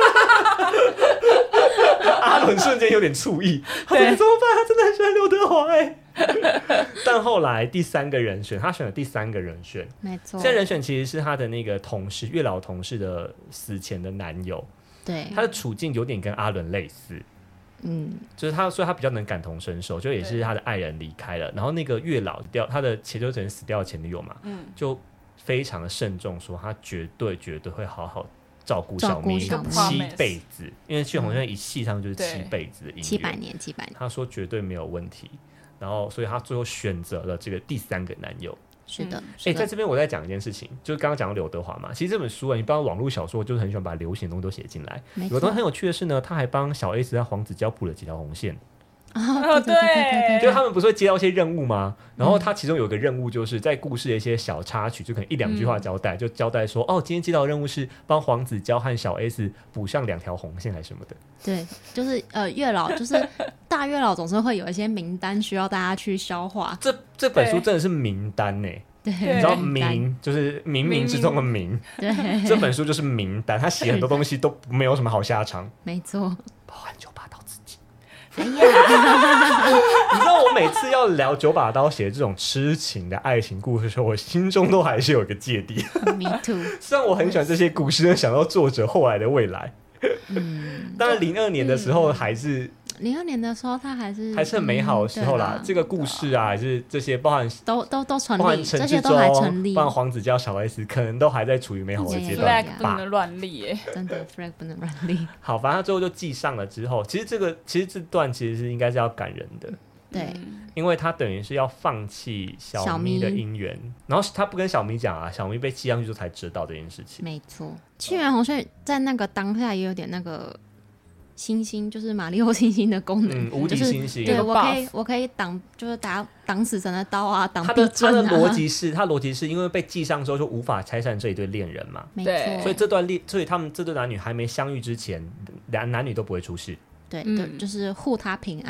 阿伦瞬间有点醋意，他说怎么办？他真的很喜欢刘德华哎、欸。但后来第三个人选，他选了第三个人选， 没错， 这人选其实是他的那个同事，月老同事的死前的男友， 对， 他的处境有点跟阿伦类似。嗯，就是他，所以他比较能感同身受，就也是他的爱人离开了，然后那个月老掉他的前就等于死掉的前女友嘛，嗯，就非常的慎重说他绝对绝对会好好照顾小咪七辈子，因为去红线一系上就是七辈子的姻缘， 七百年七百年， 他说绝对没有问题，然后所以他最后选择了这个第三个男友。 是的， 哎、欸，在这边我再讲一件事情，就是刚刚讲到刘德华嘛，其实这本书啊，你帮网络小说就是很喜欢把流行的东西都写进来。有东西很有趣的是呢，他还帮小 S 和黄子佼铺了几条红线。 哦，对对对对， 就他们不是会接到一些任务吗？然后他其中有一个任务就是在故事的一些小插曲，就可能一两句话交代，嗯、就交代说，哦，今天接到的任务是帮黄子佼和小 S 补上两条红线还是什么的。 对，就是呃，月老就是大月老总是会有一些名单需要大家去消化。 这这本书真的是名单呢、欸。 对， 你知道冥就是冥冥之中的冥， 对， 这本书就是名单，他写很多东西都没有什么好下场， 没错， 包含九把刀自己。 哎呀， 你知道我每次要聊九把刀写这种痴情的爱情故事的时候，我心中都还是有一个芥蒂。 Me too。 虽然我很喜欢这些故事，想到作者后来的未来。嗯，当然零二年的时候还是。 零二年的时候，他还是还是很美好的时候啦。嗯、这个故事啊，还是这些包含都都都成立， 包含陈志忠、包含黄子佼、小 S， 可能都还在处于美好的阶段。 flag 不能乱立耶， 真的 flag 不能乱立。 好，反正他最后就记上了之后，其实这个其实这段其实是应该是要感人的， 对， 因为他等于是要放弃小咪的姻缘，然后他不跟小咪讲啊，小咪被记上去之后才知道这件事情。 没错，七元红线在那个当下也有点那个。星星就是马里奥星星的功能， 嗯、无敌星星。 就是、对，我可以，我可以挡，就是打挡死神的刀啊，挡地震啊。 他的逻辑是，他逻辑是因为被记上之后就无法拆散这一对恋人嘛， 没错。 所以这段恋，所以他们这对男女还没相遇之前，男男女都不会出事。 对，嗯、就就是护他平安。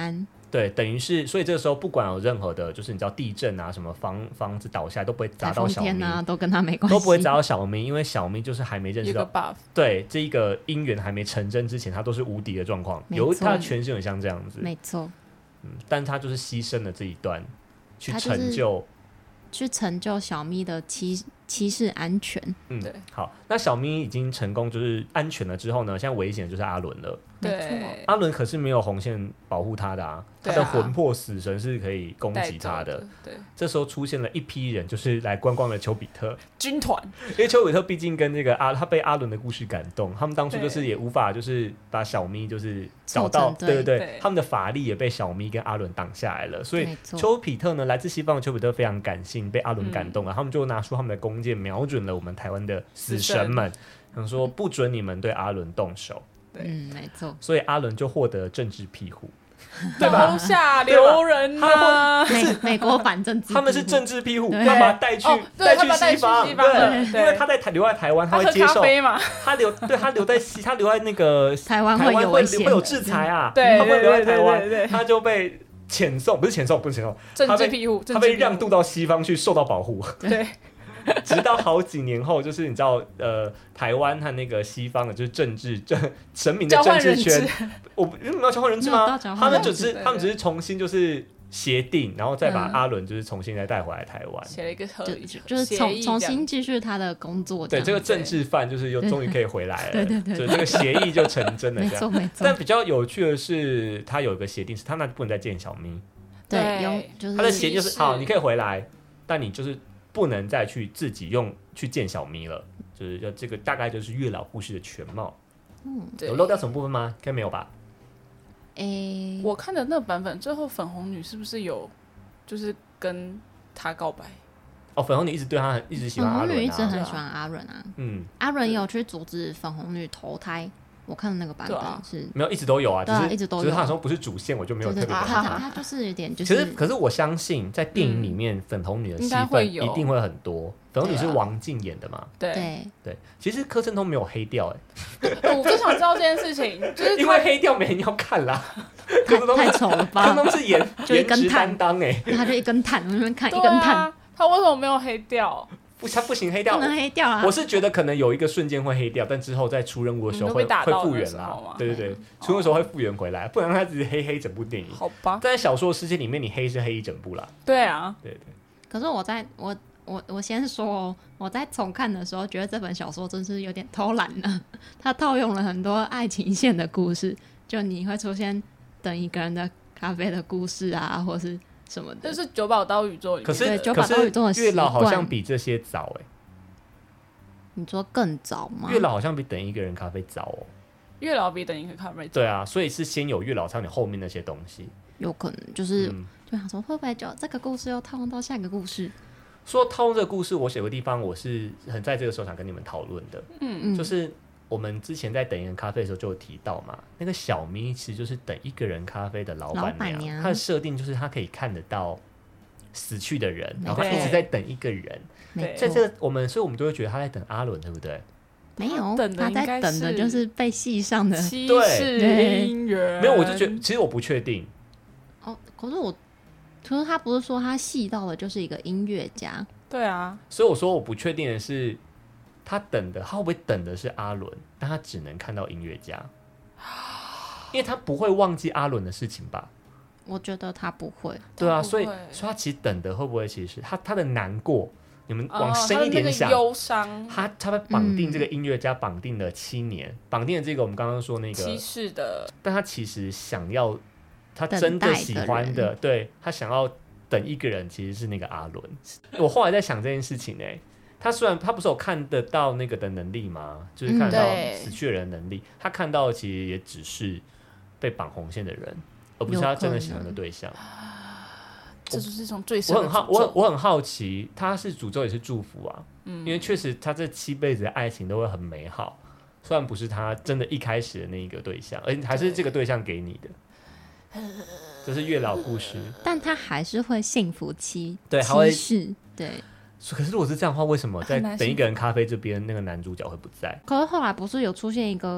对，等于是，所以这个时候不管有任何的，就是你知道地震啊，什么房房子倒下来都不会砸到小咪啊，都跟他没关系， 都不会砸到小咪，因为小咪就是还没认识到， buff 对这一个姻缘还没成真之前，他都是无敌的状况，有他的权限很像这样子， 没错， 嗯，但他就是牺牲了这一段去成就， 去成就小咪的妻妻室安全。 嗯，对，好，那小咪已经成功就是安全了之后呢，现在危险的就是阿伦了。 对， 阿伦可是没有红线保护他的啊，他的魂魄死神是可以攻击他的。 对， 这时候出现了一批人，就是来观光的丘比特军团， 因为丘比特毕竟跟这个阿他被阿伦的故事感动，他们当初就是也无法就是把小咪就是找到，对对对，他们的法力也被小咪跟阿伦挡下来了，所以丘比特呢，来自西方的丘比特非常感性，被阿伦感动了，嗯、他们就拿出他们的弓箭瞄准了我们台湾的死神们，想说不准你们对阿伦动手。 嗯，没错， 所以阿伦就获得政治庇护，对吧？ 下流人啊！ 美美国反政治， 他们是政治庇护，他把他带去带去西方，对，因为他在留在台湾，他会接受他留对他留在西，他留在那个台湾会有会会有制裁啊， 对， 他会留在台湾，他就被遣送，不是遣送，不是遣送， 政治庇护， 他被让渡到西方去受到保护， 对。 直到好几年后，就是你知道，呃，台湾和那个西方的，就是政治、政神明的政治圈，我没有交换人质吗？他们只是他们只是重新就是协定，然后再把阿伦就是重新再带回来台湾， 写了一个合就就是重重新继续他的工作。 对，这个政治犯就是又终于可以回来了，对对对，所以这个协议就成真了。 没错没错。 但比较有趣的是，他有一个协定是，他那不能再见小咪。 对，有就是他的协定就是好，你可以回来，但你就是。不能再去自己用去见小咪了，就是要这个大概就是月老故事的全貌。嗯，有漏掉什么部分吗？应该没有吧？ 诶、欸，我看的那个版本，最后粉红女是不是有就是跟他告白？ 哦，粉红女一直对他一直喜欢阿伦、啊， 粉红女一直很喜欢阿伦啊。嗯，阿伦也有去阻止粉红女投胎。我看的那个版本是、啊、 没有一直都有啊， 对啊， 只是一直都有。 只是他说不是主线，我就没有特别看他。他他就是有点就是。 可是可是我相信，在电影里面，嗯、粉红女的戏份一定会很多。粉红女是王静演的嘛？ 对对对。其实柯震东没有黑掉哎、 欸，我就想知道这件事情，就是因为黑掉没人要看啦。 柯震东太丑了吧？ 柯震东是颜颜值担当哎， 他就一根炭，我那边看一根炭、 啊，他为什么没有黑掉？ 不，他不行黑掉， 不能黑掉啊！ 我是觉得可能有一个瞬间会黑掉，但之后在出任务的时候会会复原啦。对对对，出任务的时候会复原回来，不然他只是黑黑整部电影。 好吧， 但在小说的世界里面，你黑是黑一整部啦。 对啊， 对对。 可是我在我我我先说、哦，我在重看的时候，觉得这本小说真是有点偷懒了。他套用了很多爱情线的故事，就你会出现等一个人的咖啡的故事啊，或是。什么的， 这是九宝刀宇宙里面， 可是九宝刀宇宙的月老好像比这些早哎、欸。 你说更早吗？ 月老好像比等一个人咖啡早哦。 月老比等一个咖啡早。 对啊，所以是先有月老，才有你后面那些东西。 有可能就是、嗯、就想说会不会就这个故事又套用到下一个故事？ 说套用这个故事，我写个地方我是很在这个时候想跟你们讨论的。嗯嗯，就是我们之前在等一个人咖啡的时候就有提到嘛，那个小咪其实就是等一个人咖啡的老板 娘, 老板娘，她的设定就是她可以看得到死去的人，然后她一直在等一个人。在这个我们，所以我们就会觉得她在等阿伦，对不对？ 没有，他在等的就是被戏上的七世姻缘。 没有，我就觉得其实我不确定。 哦，可是我，可是他不是说他戏到的就是一个音乐家？ 对啊， 所以我说我不确定的是。他等的，他会不会等的是阿伦？但他只能看到音乐家，因为他不会忘记阿伦的事情吧？ 我觉得他不会。 对啊，所以，所以他其实等的会不会其实是他他的难过？你们往深一点想， 忧伤、哦。 他他被绑定这个音乐家，绑定了七年，嗯、绑定了这个我们刚刚说那个歧视的， 但他其实想要，他真的喜欢的，的对他想要等一个人，其实是那个阿伦。我后来在想这件事情呢、欸。他虽然他不是有看得到那个的能力吗？就是看得到死去的人的能力，嗯、他看到的其实也只是被绑红线的人，而不是他真的喜欢的对象。 这就是一种最深的诅咒。 我很好，我我很好奇，他是诅咒也是祝福啊？嗯、因为确实他这七辈子的爱情都会很美好，虽然不是他真的一开始的那一个对象，而且还是这个对象给你的。这是月老故事， 但他还是会幸福期， 对，还会是，对。 可是如果是这样的话，为什么在等一个人咖啡这边那个男主角会不在？ 可是后来不是有出现一个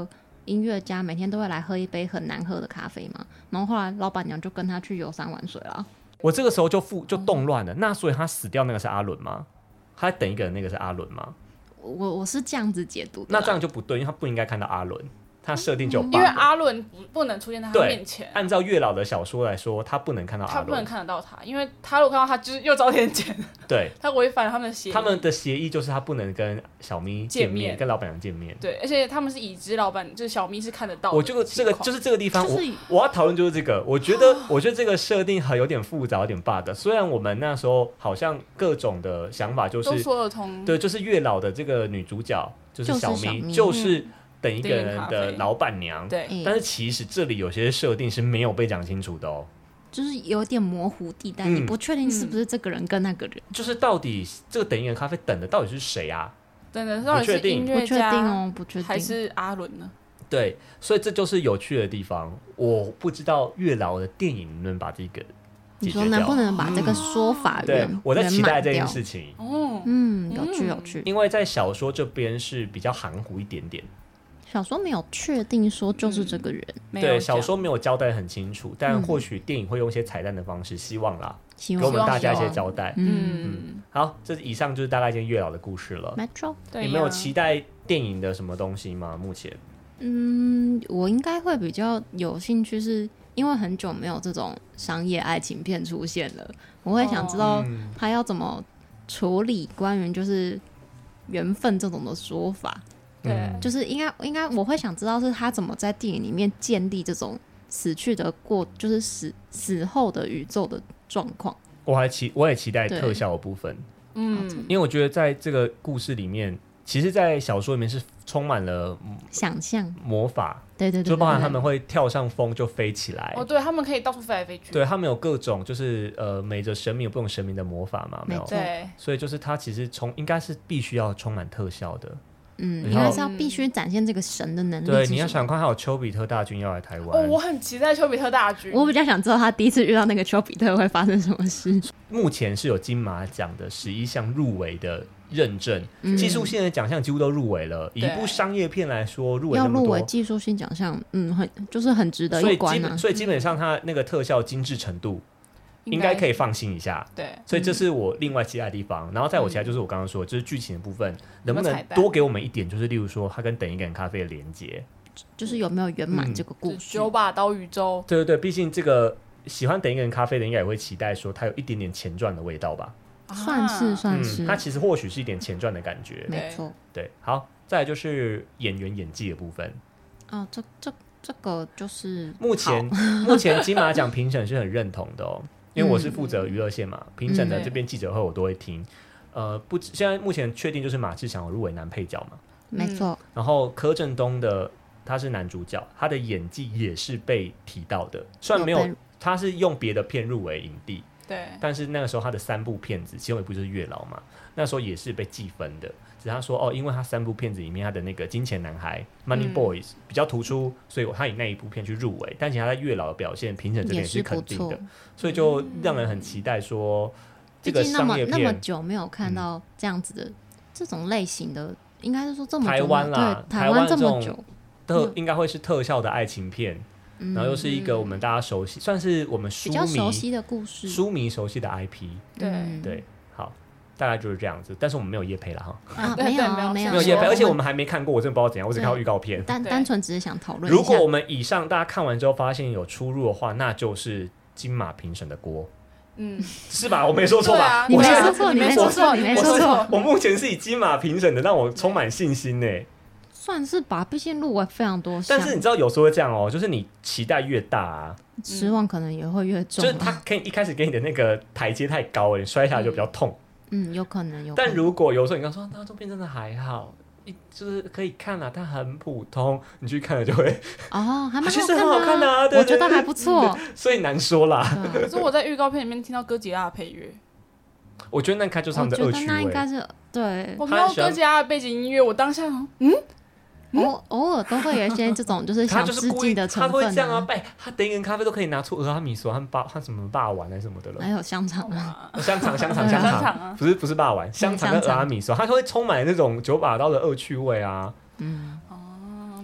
音乐家每天都会来喝一杯很难喝的咖啡嘛，然后后来老板娘就跟他去游山玩水了。 我这个时候就复就动乱了、哦，那所以他死掉那个是阿伦吗？他等一个人那个是阿伦吗？ 我我是这样子解读的， 那这样就不对，因为他不应该看到阿伦。他设定就有 bug， 因为阿伦 不, 不能出现在他面前。 按照月老的小说来说，他不能看到阿伦， 他不能看得到他，因为他如果看到他，就是又遭天谴。 对， 他违反了他们的协议。 他们的协议就是他不能跟小咪见面， 见面跟老板娘见面。 对，而且他们是已知老板，就是小咪是看得到的。 我这个这个就是这个地方， 就是、 我我要讨论就是这个。我觉得，我觉得这个设定很有点复杂，有点 bug。虽然我们那时候好像各种的想法就是都说得通， 对，就是月老的这个女主角就是小咪， 就是就是。等一个人嗯的老板娘， 对， 但是其实这里有些设定是没有被讲清楚的哦， 就是有点模糊地带、嗯，你不确定是不是这个人跟那个人， 就是到底这个等一个人咖啡等的到底是谁啊？ 等的到底是音乐家， 不确定哦，不确定还是阿伦呢？ 对，所以这就是有趣的地方。我不知道月老的电影能不能把这个。 你说能不能把这个说法圆、嗯、 对，我在期待这件事情。 哦， 嗯，有趣有趣。 因为在小说这边是比较含糊一点点。 小说没有确定说就是这个人， 嗯、 对，小说没有交代很清楚，但或许电影会用一些彩蛋的方式，希望啦， 希望给我们大家一些交代。 嗯嗯，好，这以上就是大概一件月老的故事了。 没错， 你们有期待电影的什么东西吗？目前， 嗯，我应该会比较有兴趣，是因为很久没有这种商业爱情片出现了，我会想知道他要怎么处理关于就是缘分这种的说法。 对， 就是应该应该我会想知道是他怎么在电影里面建立这种死去的过，就是死死后的宇宙的状况。 我还期我也期待特效的部分， 嗯， 因为我觉得在这个故事里面，其实，在小说里面是充满了想象、 魔法， 对对 对, 对， 就包含他们会跳上风就飞起来。 哦，对，他们可以到处飞来飞去。 对，他们有各种就是呃，每着神明有不同神明的魔法嘛，没有？ 对， 所以就是他其实从应该是必须要充满特效的。 嗯，应该是要必须展现这个神的能力。 对，你要想看，还有丘比特大军要来台湾。 哦，我很期待丘比特大军。 我比较想知道他第一次遇到那个丘比特会发生什么事。 目前是有金马奖的十一项入围的认证， 嗯、 技术性的奖项几乎都入围了。以一部商业片来说，入围那么多， 要入围技术性奖项，嗯，很就是很值得一关啊。 所以基本，所以基本上它那个特效精致程度。应该可以放心一下， 对， 所以这是我另外期待的地方。然后在我期待就是我刚刚说的，就是剧情的部分，能不能多给我们一点？就是例如说，它跟等一个人咖啡的连接， 就是有没有圆满这个故事？ 九把刀宇宙， 对对对，毕竟这个喜欢等一个人咖啡的，应该也会期待说，它有一点点前传的味道吧？ 算是算是， 嗯，它其实或许是一点前传的感觉， 没错。 对，好，再来就是演员演技的部分。 哦，这这这个就是目前目前金马奖评审是很认同的哦。因为我是负责娱乐线嘛，评审的这边记者会我都会听。呃，不，现在目前确定就是马志祥有入围男配角嘛， 没错。 然后柯震东的他是男主角，他的演技也是被提到的，虽然没有，他是用别的片入围影帝， 对， 但是那个时候他的三部片子，其中一部就是月老嘛，那时候也是被计分的。只是他说哦，因为他三部片子里面他的那个金钱男孩 Money Boys 比较突出，所以他以那一部片去入围。但其实他在月老的表现，评审这边也是肯定的，所以就让人很期待说，这个商业片那么久没有看到这样子的、嗯、这种类型的，应该是说这么久台湾啦， 对台湾这么久， 特应该会是特效的爱情片。 嗯、 然后又是一个我们大家熟悉，嗯、算是我们书迷比较熟悉的故事， 书迷熟悉的 I P。 对、 嗯、 对，好，大概就是这样子。但是我们没有业配了哈， 啊，没有没有没有业配，而且我们还没看过，我真的不知道怎样，我只看到预告片。 单单纯只是想讨论一下。 如果我们以上大家看完之后发现有出入的话，那就是金马评审的锅。 嗯， 是吧？我没说错吧？ 啊、 你没说错，你没说错，你没说错。 我目前是以金马评审的，让我充满信心呢。 算是吧，毕竟入围非常多项。 但是你知道有时候会这样哦，就是你期待越大啊， 失望可能也会越重、啊。 就是他可以一开始给你的那个台阶太高了，你摔下来就比较痛。 嗯，有可能有可能。 但如果有时候你刚说那这片真的还好，就是可以看啊，但很普通，你去看了就会哦，还蛮好看的、啊， 其实很好看的啊，对对对， 我觉得还不错， 所以难说啦。 可是我在预告片里面听到哥吉拉的配乐。 我觉得那应该就是他们的恶趣味。 我觉得那应该是对。 我听到哥吉拉的背景音乐，我当下嗯。 偶偶尔都会有一些这种就是想致敬的成分、啊， 他会这样啊，拜他等一个人咖啡都可以拿出俄阿米索和霸，他什么霸丸还是什么的了， 还有香肠啊， 香肠香肠香肠，不是不是霸丸，香肠跟俄阿米索，他会充满那种九把刀的恶趣味啊。 嗯， 哦，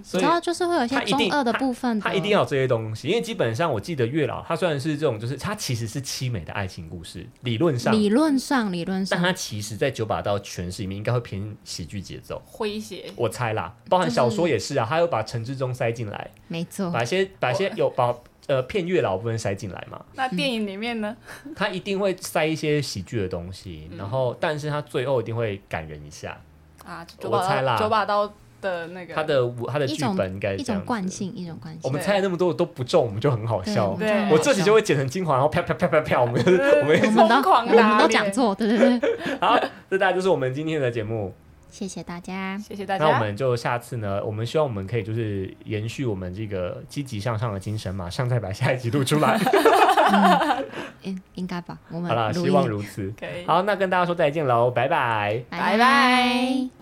所以然后就是会有一些中二的部分的， 他一定要有这些东西，因为基本上我记得月老他虽然是这种，就是他其实是凄美的爱情故事，理论上理论上理论上， 但他其实在九把刀诠释里面应该会偏喜剧节奏， 诙谐， 我猜啦，包含小说也是啊，他又把陈志忠塞进来， 没错， 把一些把一些有把呃骗月老部分塞进来嘛。 那电影里面呢， 他一定会塞一些喜剧的东西，嗯、然后但是他最后一定会感人一下啊， 我猜啦， 九把刀的那个他的他的剧本应该一种惯性，一种惯性。 我们猜那么多都不中，我们就很好笑。 对， 我这集就会剪成精华，然后啪啪啪啪啪，我们我们疯狂打脸， 我们都讲错，对对对。 好，这大概就是我们今天的节目。 谢谢大家， 谢谢大家。 那我们就下次呢，我们希望我们可以就是延续我们这个积极向上的精神，马上再把下一集录出来。 嗯，应该吧。我们好啦，希望如此。 可以。 好，那跟大家说再见喽，拜拜， 拜拜。